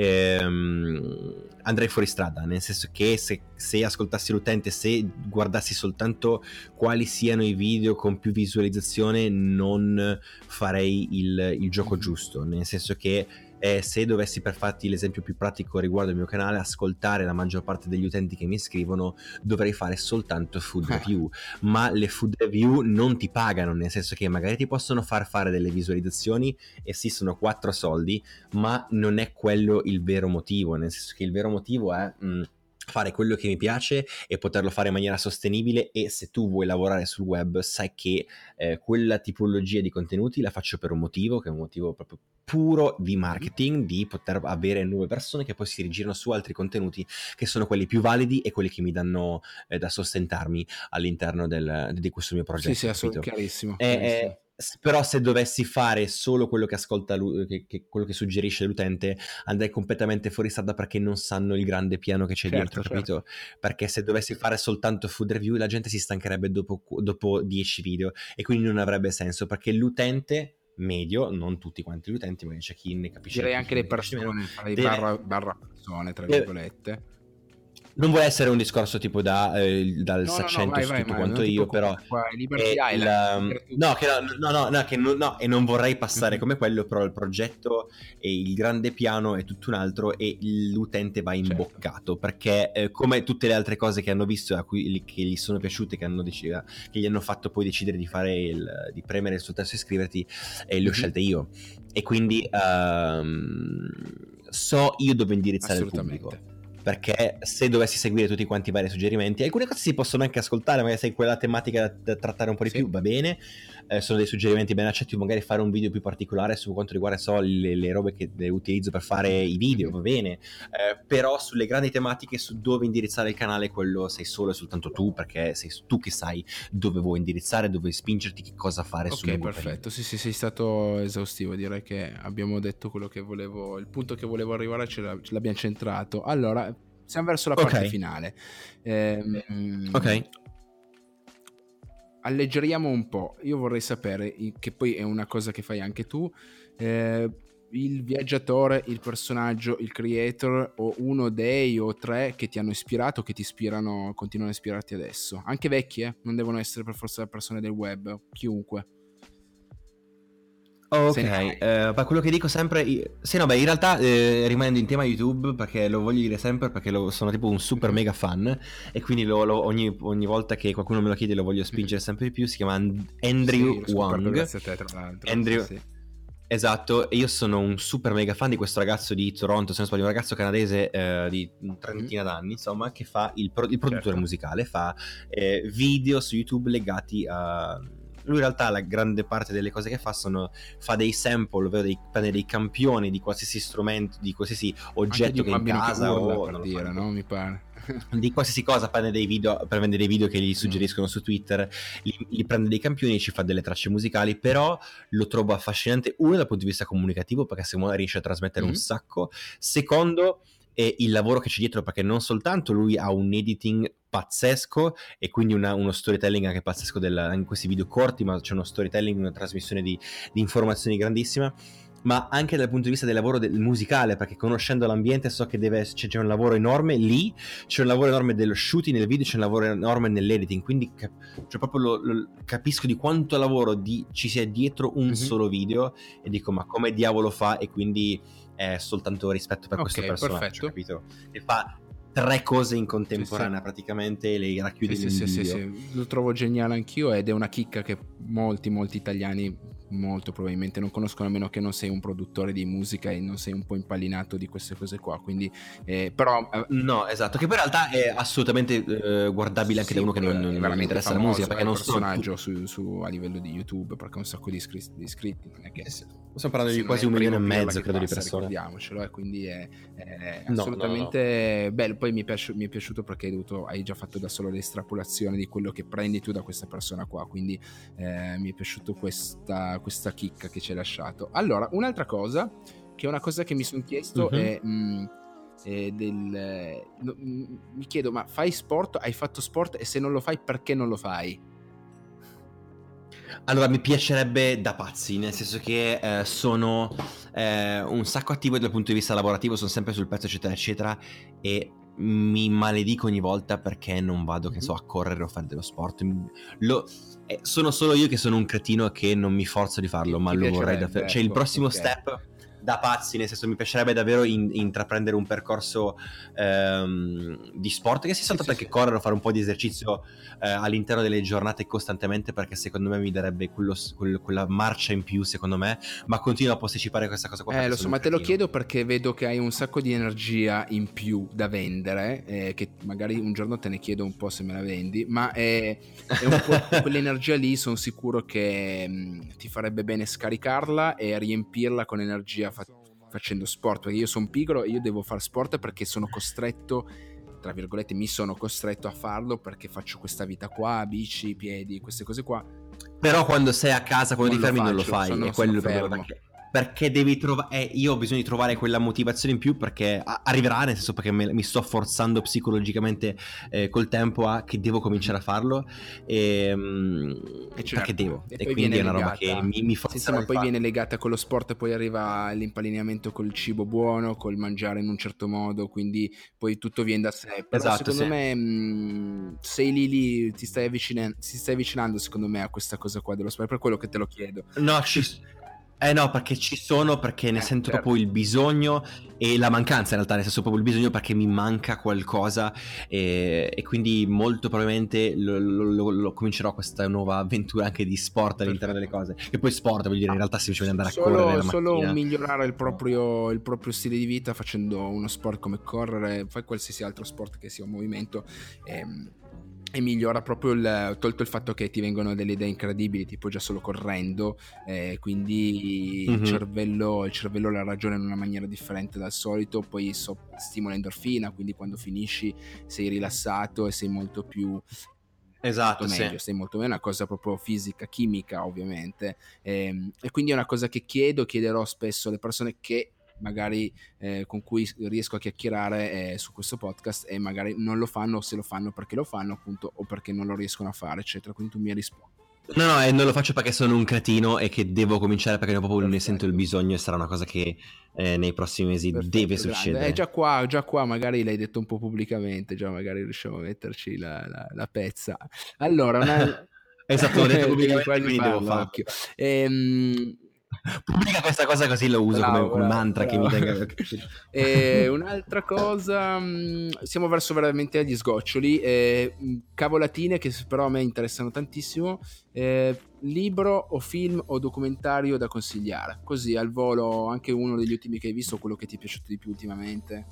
ehm, andrei fuori strada, nel senso che se, se ascoltassi l'utente, se guardassi soltanto quali siano i video con più visualizzazione, non farei il, il gioco mm-hmm. giusto, nel senso che eh, se dovessi, per farti l'esempio più pratico riguardo il mio canale, ascoltare la maggior parte degli utenti che mi scrivono, dovrei fare soltanto food review, ma le food review non ti pagano, nel senso che magari ti possono far fare delle visualizzazioni e sì, sono quattro soldi, ma non è quello il vero motivo, nel senso che il vero motivo è mh, fare quello che mi piace e poterlo fare in maniera sostenibile, e se tu vuoi lavorare sul web sai che eh, quella tipologia di contenuti la faccio per un motivo, che è un motivo proprio puro di marketing, di poter avere nuove persone che poi si rigirano su altri contenuti che sono quelli più validi e quelli che mi danno eh, da sostentarmi all'interno del, di questo mio progetto. Sì, sì, assolutamente, chiarissimo, eh, chiarissimo. Eh, però se dovessi fare solo quello che ascolta lui, che, che, quello che suggerisce l'utente, andrei completamente fuori strada perché non sanno il grande piano che c'è certo, dietro, capito? Certo. Perché se dovessi fare soltanto food review la gente si stancherebbe dopo, dopo dieci video e quindi non avrebbe senso, perché l'utente medio, non tutti quanti gli utenti, ma c'è chi ne capisce, direi anche le persone, deve... barra, barra persone tra virgolette. Non vuole essere un discorso tipo da, eh, dal no, saccento no, no, vai, su tutto vai, quanto io, però Liberty è Island, il, no, che no, no, no, che no, no, e non vorrei passare mm-hmm. come quello, però il progetto e il grande piano è tutto un altro e l'utente va imboccato, certo. Perché eh, come tutte le altre cose che hanno visto, a cui che gli sono piaciute, che hanno deciso, che gli hanno fatto poi decidere di fare il, di premere sul tasto iscriverti, e le ho mm-hmm. scelte io, e quindi um, so io dove indirizzare il pubblico. Perché se dovessi seguire tutti quanti i vari suggerimenti, alcune cose si possono anche ascoltare, magari se hai quella tematica da, da trattare un po' di sì. più, va bene, eh, sono dei suggerimenti ben accetti, magari fare un video più particolare su quanto riguarda so, le, le robe che utilizzo per fare i video, va bene, eh, però sulle grandi tematiche, su dove indirizzare il canale, quello sei solo e soltanto tu, perché sei tu che sai dove vuoi indirizzare, dove spingerti, che cosa fare okay, sul lungo perfetto, periodo. sì sì, sei stato esaustivo, direi che abbiamo detto quello che volevo, il punto che volevo arrivare ce, la, ce l'abbiamo centrato. Allora siamo verso la parte okay. finale. Ehm, ok. Alleggeriamo un po'. Io vorrei sapere, che poi è una cosa che fai anche tu, eh, il viaggiatore, il personaggio, il creator, o uno dei o tre che ti hanno ispirato, che ti ispirano, continuano a ispirarti adesso. Anche vecchi, eh? Non devono essere per forza persone del web, chiunque. Ok, eh, quello che dico sempre, sì, no, beh, in realtà eh, rimanendo in tema YouTube, perché lo voglio dire sempre, perché lo, sono tipo un super mm-hmm. mega fan, e quindi lo, lo, ogni, ogni volta che qualcuno me lo chiede lo voglio spingere mm-hmm. sempre di più. Si chiama Andrew sì, Wang. Grazie a te, tra l'altro. Andrew, sì, sì. Esatto, e io sono un super mega fan di questo ragazzo di Toronto, se non sbaglio, un ragazzo canadese eh, di una trentina d'anni, insomma, che fa il, pro- il produttore Certo. musicale, fa eh, video su YouTube legati a... Lui in realtà la grande parte delle cose che fa sono, fa dei sample, ovvero dei, prende dei campioni di qualsiasi strumento, di qualsiasi Anche di oggetto un che è in bambino che casa urla, o per non lo so, dire, di no? Mi pare. di qualsiasi cosa, prende dei video per vendere dei video che gli suggeriscono Mm. su Twitter, li, li prende dei campioni e ci fa delle tracce musicali, però lo trovo affascinante, uno dal punto di vista comunicativo perché secondo me riesce a trasmettere Mm. un sacco, secondo è il lavoro che c'è dietro, perché non soltanto lui ha un editing pazzesco e quindi una, uno storytelling anche pazzesco della, in questi video corti, ma c'è uno storytelling, una trasmissione di, di informazioni grandissima, ma anche dal punto di vista del lavoro del musicale, perché conoscendo l'ambiente so che deve, c'è, c'è un lavoro enorme lì, c'è un lavoro enorme dello shooting nel video, c'è un lavoro enorme nell'editing, quindi cap- cioè proprio lo, lo, capisco di quanto lavoro di, ci sia dietro un Mm-hmm. solo video e dico ma come diavolo fa, e quindi è soltanto rispetto per Ok, questo personaggio, perfetto. capito? E fa tre cose in contemporanea, Sì, sì. praticamente le racchiude Sì, in sì, un sì, video. sì, sì. Lo trovo geniale anch'io ed è una chicca che molti, molti italiani molto probabilmente non conoscono, a meno che non sei un produttore di musica e non sei un po' impallinato di queste cose qua, quindi eh, però eh, no, esatto, che poi in realtà è assolutamente eh, guardabile anche sì, da uno che non, non, non gli interessa la musica, perché non sono personaggio su, su, a livello di YouTube, perché ha un sacco di iscritti, di iscritti non è che stiamo parlando di quasi un milione e mezzo, credo, di persone. Ricordiamocelo, e quindi è, è no, assolutamente no, no. bello. Poi mi è, piaciuto, mi è piaciuto perché hai, dovuto, hai già fatto da solo l'estrapolazione di quello che prendi tu da questa persona qua, quindi eh, mi è piaciuto questa, questa chicca che ci hai lasciato. Allora, un'altra cosa, che è una cosa che mi sono chiesto, mm-hmm. è... Mh, del, eh, no, mi chiedo, ma fai sport? Hai fatto sport? E se non lo fai, perché non lo fai? Allora, mi piacerebbe da pazzi, nel senso che eh, sono eh, un sacco attivo dal punto di vista lavorativo, sono sempre sul pezzo, eccetera, eccetera, e mi maledico ogni volta perché non vado, che so, a correre o a fare dello sport. Lo, eh, sono solo io che sono un cretino che non mi forzo di farlo, Ti, ma ti lo vorrei davvero. Cioè, il prossimo okay. step da pazzi, nel senso mi piacerebbe davvero in, intraprendere un percorso ehm, di sport, che sia soltanto sì, anche sì, correre o fare un po' di esercizio eh, all'interno delle giornate costantemente, perché secondo me mi darebbe quello, quello, quella marcia in più, secondo me, ma continuo a posticipare questa cosa qua. Eh lo so, ma te lo chiedo perché vedo che hai un sacco di energia in più da vendere, eh, che magari un giorno te ne chiedo un po' se me la vendi, ma è, è un po' quell'energia lì, sono sicuro che mh, ti farebbe bene scaricarla e riempirla con energia fa- facendo sport, perché io sono pigro e io devo fare sport perché sono costretto, tra virgolette mi sono costretto a farlo perché faccio questa vita qua, bici, piedi, queste cose qua. Però quando sei a casa, quando non ti fermi faccio, non lo fai, sono, è quello il fermo. problema, perché, perché devi trovare, eh, io ho bisogno di trovare quella motivazione in più, perché a- arriverà, nel senso, perché me, mi sto forzando psicologicamente eh, col tempo a che devo cominciare a farlo, e, mh, e certo. perché devo, e, e poi quindi viene è una legata, roba che mi, mi forza. sì, sì, ma poi viene legata con lo sport, poi arriva l'impalinamento col cibo buono, col mangiare in un certo modo, quindi poi tutto viene da sé. Però esatto, secondo sì. me mh, sei lì lì, ti stai, avvicinando, ti stai avvicinando secondo me a questa cosa qua dello sport, per quello che te lo chiedo. No, ci... Eh no, perché ci sono, perché ne eh, sento certo. proprio il bisogno e la mancanza, in realtà, ne sento proprio il bisogno perché mi manca qualcosa, e, e quindi molto probabilmente lo, lo, lo, lo comincerò questa nuova avventura anche di sport all'interno Perfetto. delle cose. E poi sport, voglio dire, in realtà semplicemente andare solo, a correre la solo mattina. migliorare il proprio, il proprio stile di vita facendo uno sport come correre, fai qualsiasi altro sport che sia un movimento, ehm, e migliora proprio il, tolto il fatto che ti vengono delle idee incredibili tipo già solo correndo, eh, quindi mm-hmm. il cervello il cervello la ragiona in una maniera differente dal solito, poi so, stimola endorfina, quindi quando finisci sei rilassato e sei molto più esatto, molto meglio, sì. sei molto meglio, è una cosa proprio fisica, chimica ovviamente, e, e quindi è una cosa che chiedo, chiederò spesso alle persone che magari eh, con cui riesco a chiacchierare eh, su questo podcast, e magari non lo fanno, o se lo fanno perché lo fanno appunto, o perché non lo riescono a fare, eccetera. Quindi tu mi rispondi. No, no, e non lo faccio perché sono un cretino e che devo cominciare, perché proprio Perfetto. Ne sento il bisogno, e sarà una cosa che eh, nei prossimi mesi Perfetto, deve succedere. Eh, già qua, già qua magari l'hai detto un po' pubblicamente, già magari riusciamo a metterci la, la, la pezza. Allora, una... esatto, l'ho detto pubblicamente, quindi farlo, devo farlo. Ehm, Pubblica questa cosa così lo uso bravo, come, come bravo, mantra bravo. che mi tenga. E un'altra cosa, mh, siamo verso veramente agli sgoccioli, eh, cavolatine che però a me interessano tantissimo, eh, libro o film o documentario da consigliare, così al volo anche uno degli ultimi che hai visto, quello che ti è piaciuto di più ultimamente.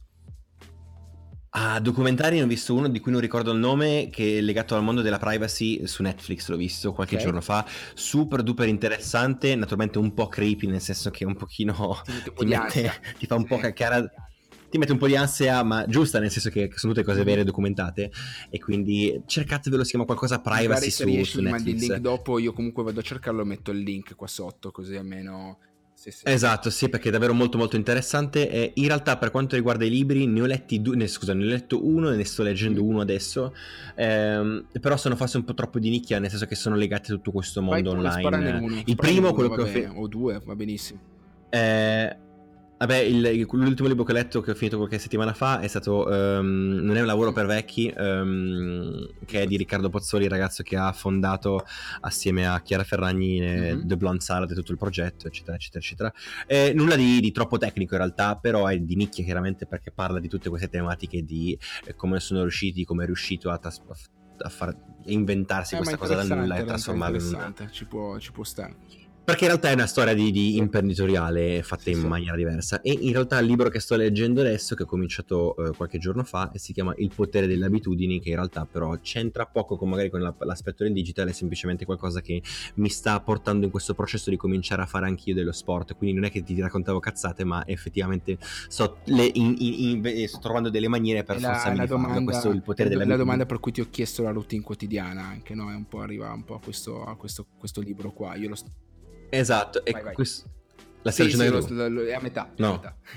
Ah, documentari ne ho visto uno di cui non ricordo il nome, che è legato al mondo della privacy, su Netflix, l'ho visto qualche Ok. giorno fa, super duper interessante, naturalmente un po' creepy, nel senso che un pochino Ti mette un po' ti di mette, ansia. ti fa un po' Sì. cacchiare, ti mette un po' di ansia, ma giusta, nel senso che sono tutte cose Mhm. vere documentate, e quindi cercatevelo, si chiama qualcosa privacy Magari se su, riesci su mi mandi il link Netflix. dopo, io comunque vado a cercarlo e metto il link qua sotto, così almeno... Sì, sì. Esatto, sì, perché è davvero molto molto interessante. E in realtà, per quanto riguarda i libri, ne ho letti due, ne, scusa, ne ho letto uno e ne sto leggendo Mm. uno adesso, ehm, però sono forse un po' troppo di nicchia, nel senso che sono legati a tutto questo Vai mondo pure, sparane online. uno, Il sparane primo, uno, quello va che ho bene, finito... o due, va benissimo. Eh, vabbè, il- l'ultimo libro che ho letto, che ho finito qualche settimana fa, è stato ehm, Non è un lavoro per vecchi, ehm, che è di Riccardo Pozzoli, il ragazzo che ha fondato assieme a Chiara Ferragni eh, Mhm. The Blonde Salad e tutto il progetto, eccetera, eccetera, eccetera. Eh, nulla di, di troppo tecnico in realtà, però è di nicchia chiaramente, perché parla di tutte queste tematiche di eh, come sono riusciti, come è riuscito a, tas- a far a inventarsi Eh, ma questa cosa dal nulla interessante, e in realtà trasformarla in un... interessante, ci può, ci può stare. Perché in realtà è una storia di, di imprenditoriale fatta Sì, in sì. maniera diversa. E in realtà il libro che sto leggendo adesso, che ho cominciato eh, qualche giorno fa, e si chiama Il potere delle abitudini, che in realtà però c'entra poco con magari con la- l'aspetto del digital, è semplicemente qualcosa che mi sta portando in questo processo di cominciare a fare anch'io dello sport. Quindi non è che ti raccontavo cazzate, ma effettivamente sto, le- in- in- in- sto trovando delle maniere per È la, è forzarmi la di farlo. Questo è domanda, il è potere do- delle è la abitudini. domanda per cui ti ho chiesto la routine quotidiana anche, no? È un po' arriva un po' a questo, a questo, questo libro qua. Io lo sto... Esatto, e Vai, vai. questo... La stai Sì, leggendo sì, anche lo, tu? sto- lo- è a metà, è a No. metà.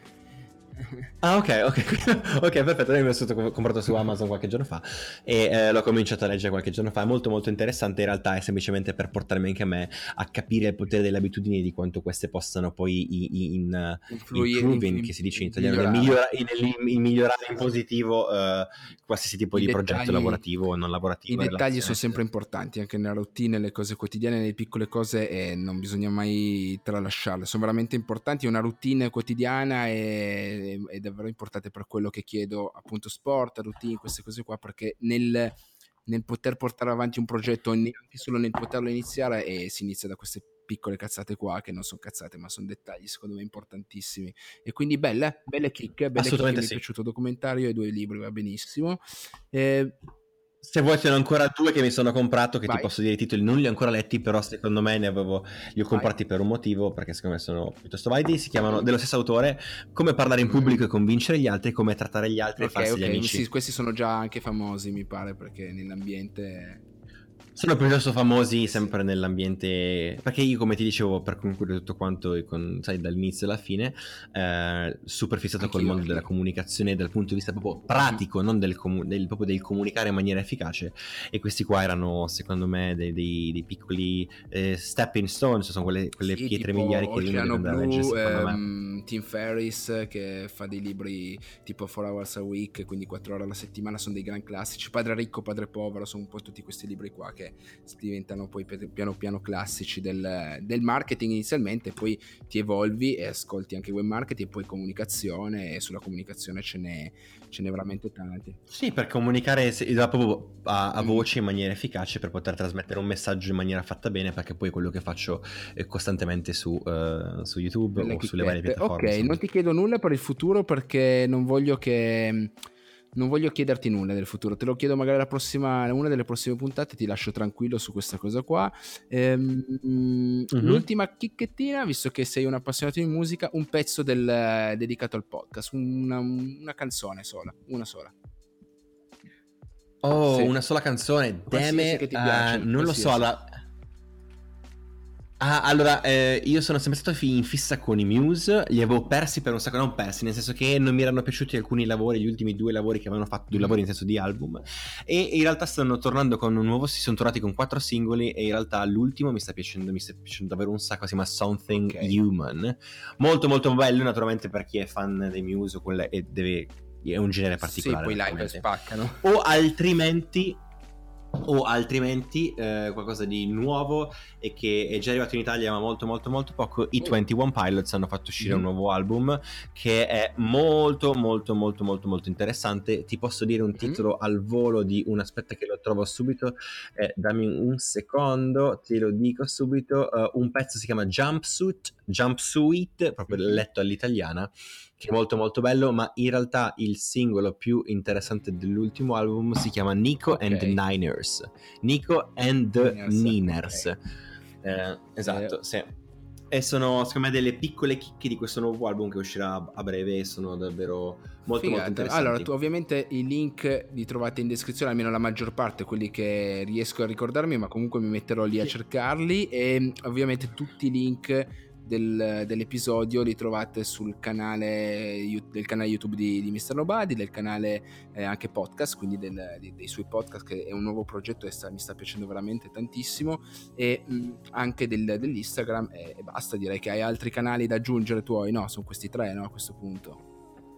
Ah, ok, ok, ok, perfetto. Io mi sono stato comprato su Amazon qualche giorno fa e eh, l'ho cominciato a leggere qualche giorno fa. È molto molto interessante. In realtà è semplicemente per portarmi anche a me a capire il potere delle abitudini e di quanto queste possano poi i- i- in Influire, improving, in- che si dice in in- italiano, nel, migliorare. migliora- nel- in migliorare in positivo eh, qualsiasi tipo I di progetto dettagli, lavorativo o non I lavorativo in dettagli relazione, sono sempre eccetera. importanti, anche nella routine, le cose quotidiane, le piccole cose, e non bisogna mai tralasciarle, sono veramente importanti. Una routine quotidiana è, è davvero importante per quello che chiedo, appunto sport, routine, queste cose qua, perché nel, nel poter portare avanti un progetto, anche solo nel poterlo iniziare, e si inizia da queste piccole cazzate qua, che non sono cazzate ma sono dettagli secondo me importantissimi. E quindi belle, belle chicche, belle chicche, Assolutamente mi è sì. piaciuto il documentario, i due libri, va benissimo. Eh, Se vuoi ce ne ho ancora due che mi sono comprato, che ti vai, posso dire i titoli, non li ho ancora letti, però secondo me ne avevo, li ho vai. comprati per un motivo, perché secondo me sono piuttosto validi. Si chiamano, dello stesso autore, Come parlare in Mhm. pubblico e convincere gli altri, Come trattare gli altri e Ok, farsi gli ok, amici. sì, questi sono già anche famosi, mi pare, perché nell'ambiente... Sono piuttosto famosi Sì. sempre nell'ambiente, perché io, come ti dicevo, per concludere tutto quanto, e con, sai, dall'inizio alla fine, eh, super fissato col Anch'io, mondo della anch'io. comunicazione dal punto di vista proprio Mhm. pratico, non del, comu- del- proprio del comunicare in maniera efficace. E questi qua erano, secondo me, dei, dei- dei piccoli eh, stepping stones, sono quelle, quelle Sì, pietre tipo miliari che uno deve Oceano andare a leggere, Blu, secondo me. ehm, Tim Ferriss che fa dei libri tipo four hours a week, quindi quattro ore alla settimana, sono dei gran classici. Padre ricco, padre povero, sono un po' tutti questi libri qua che diventano poi piano piano classici del, del marketing inizialmente, poi ti evolvi e ascolti anche web marketing e poi comunicazione, e sulla comunicazione ce n'è, ce n'è veramente tanti. Sì, per comunicare se- da proprio a, a Mm. voce in maniera efficace, per poter trasmettere un messaggio in maniera fatta bene, perché poi è quello che faccio eh, costantemente su, eh, su YouTube Belle o sulle varie chicchette. Ok, piattaforme. insomma. non ti chiedo nulla per il futuro perché non voglio che non voglio chiederti nulla del futuro. Te lo chiedo magari la prossima, una delle prossime puntate, ti lascio tranquillo su questa cosa qua. Ehm, Mhm. L'ultima chicchettina, visto che sei un appassionato di musica, un pezzo del, dedicato al podcast, una, una canzone sola, una sola. Oh, Sì. una sola canzone, Qualsiasi damn it, che ti eh, piace, non lo so. qualsiasi. la- Ah, allora, eh, io sono sempre stato fi- in fissa con i Muse, li avevo persi per un sacco, non persi, nel senso che non mi erano piaciuti alcuni lavori, gli ultimi due lavori che avevano fatto, due Mhm. lavori in senso di album, e in realtà stanno tornando con un nuovo, si sono tornati con quattro singoli, e in realtà l'ultimo mi sta piacendo, mi sta piacendo davvero un sacco, si chiama Something Ok. Human, molto molto bello, naturalmente per chi è fan dei Muse quella- e deve, è un genere Sì, particolare. poi live naturalmente. spaccano. O altrimenti... o altrimenti eh, qualcosa di nuovo e che è già arrivato in Italia ma molto molto molto poco. I ventuno Pilots hanno fatto uscire mm. un nuovo album che è molto molto molto molto molto interessante. Ti posso dire un titolo mm. al volo di un aspetta che lo trovo subito, eh, dammi un secondo, te lo dico subito. Uh, un pezzo si chiama Jumpsuit Jumpsuit proprio mm. letto all'italiana, che è molto molto bello, ma in realtà il singolo più interessante dell'ultimo album si chiama Nico okay. and the Niners. Nico and the Niners, Niners. Okay. Eh, esatto, eh. sì. E sono secondo me delle piccole chicche di questo nuovo album che uscirà a breve e sono davvero molto, molto interessanti. Allora, tu, ovviamente i link li trovate in descrizione, almeno la maggior parte, quelli che riesco a ricordarmi, ma comunque mi metterò lì a cercarli, e ovviamente tutti i link Del, dell'episodio li trovate sul canale del canale YouTube di, di mister Nobody, del canale eh, anche podcast, quindi del, dei, dei suoi podcast, che è un nuovo progetto e sta, mi sta piacendo veramente tantissimo, e mh, anche del, dell'Instagram, e, e basta. Direi che hai altri canali da aggiungere tuoi? No, sono questi tre, no, a questo punto.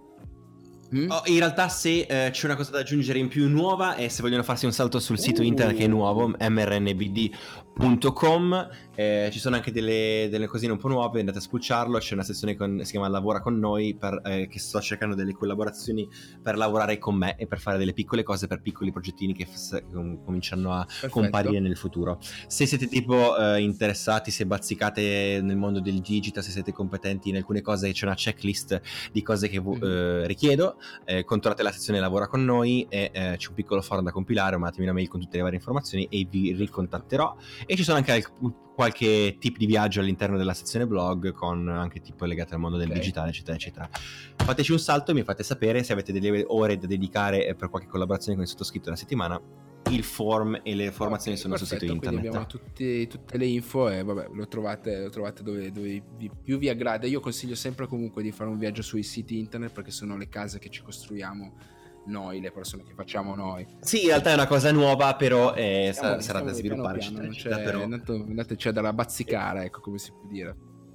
Mm? Oh, in realtà se eh, c'è una cosa da aggiungere in più nuova, e se vogliono farsi un salto sul sito uh. internet che è nuovo, m r n b d punto com, eh, ci sono anche delle, delle cosine un po' nuove, andate a spulciarlo. C'è una sezione con, si chiama Lavora con noi, per, eh, che sto cercando delle collaborazioni per lavorare con me e per fare delle piccole cose per piccoli progettini che f- com- cominciano a Perfetto. comparire nel futuro. Se siete tipo eh, interessati, se bazzicate nel mondo del digital, se siete competenti in alcune cose, c'è una checklist di cose che v- mm-hmm. eh, richiedo. Eh, controllate la sezione Lavora con noi e eh, c'è un piccolo forum da compilare, mandatemi una mail con tutte le varie informazioni e vi ricontatterò. E ci sono anche alc- qualche tip di viaggio all'interno della sezione blog, con anche tipo legate al mondo del okay. digitale, eccetera eccetera. Fateci un salto e mi fate sapere se avete delle ore da dedicare per qualche collaborazione con il sottoscritto la settimana. Il form e le informazioni okay, sono perfetto, sul sito internet. Abbiamo tutti, tutte le info e vabbè, lo trovate, lo trovate dove, dove vi, più vi aggrada. Io consiglio sempre comunque di fare un viaggio sui siti internet, perché sono le case che ci costruiamo noi, le persone che facciamo noi. Sì, in realtà è una cosa nuova, però eh, sarà, sarà da sviluppare. Piano, piano, città, però... Andate, c'è da bazzicare, ecco, come si può dire.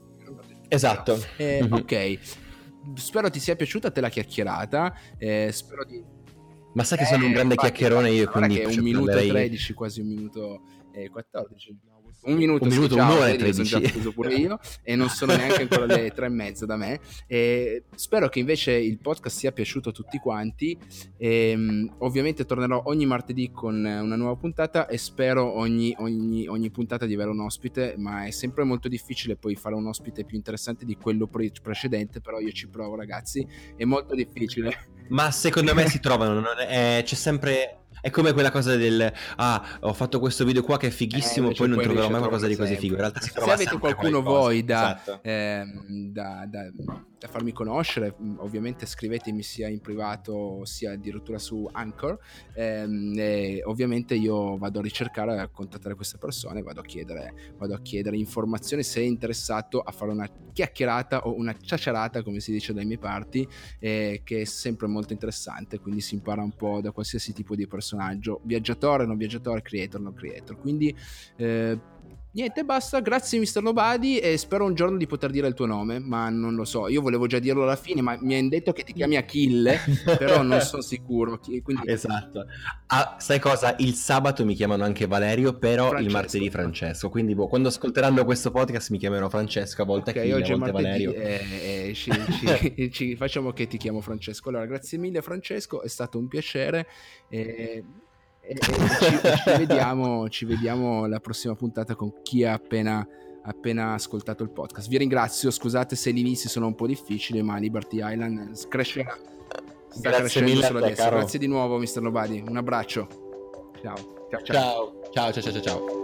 Esatto. Eh, mm-hmm. Ok, spero ti sia piaciuta te la chiacchierata. Eh, spero di Ma sai che sono eh, un grande infatti, chiacchierone io, quindi che è un minuto e tredici, quasi un minuto e quattordici. Un minuto, un minuto, ciao, un'ora e tredici. Sono già chiuso pure io e non sono neanche ancora le tre e mezza da me. E spero che invece il podcast sia piaciuto a tutti quanti. E, um, ovviamente tornerò ogni martedì con una nuova puntata e spero ogni, ogni, ogni puntata di avere un ospite, ma è sempre molto difficile poi fare un ospite più interessante di quello pre- precedente, però io ci provo, ragazzi, è molto difficile. Ma secondo me si trovano, non è, c'è sempre... È come quella cosa del ah, ho fatto questo video qua che è fighissimo, eh, poi non troverò mai qualcosa di così figo. In realtà si se avete qualcuno qualcosa. voi da, Esatto. ehm, da, da, da farmi conoscere, ovviamente scrivetemi sia in privato sia addirittura su Anchor, ehm, e ovviamente io vado a ricercare, a contattare queste persone, vado a chiedere, vado a chiedere informazioni se è interessato a fare una chiacchierata o una ciaciarata, come si dice dai miei parti, eh, che è sempre molto interessante, quindi si impara un po' da qualsiasi tipo di personaggio, viaggiatore, non viaggiatore, creator, non creator. Quindi eh, niente, basta, grazie mister Nobody e spero un giorno di poter dire il tuo nome, ma non lo so, io volevo già dirlo alla fine, ma mi hanno detto che ti chiami Achille, però non sono sicuro, quindi... Esatto. Ah, sai cosa? Il sabato mi chiamano anche Valerio, però Francesco. Il martedì Francesco, quindi boh, quando ascolteranno questo podcast mi chiamerò Francesco, a volte okay, Achille, a volte martedì, Valerio. Eh, eh, ci, ci, ci, facciamo che ti chiamo Francesco. Allora, grazie mille Francesco, è stato un piacere. Eh, E, e ci, ci vediamo ci vediamo la prossima puntata con chi ha appena appena ascoltato il podcast. Vi ringrazio, scusate se gli inizi sono un po' difficili, ma Liberty Island crescerà, sta grazie crescendo mille solo te, adesso. caro. Grazie di nuovo mister Nobody, un abbraccio, ciao ciao ciao ciao ciao ciao ciao ciao, ciao.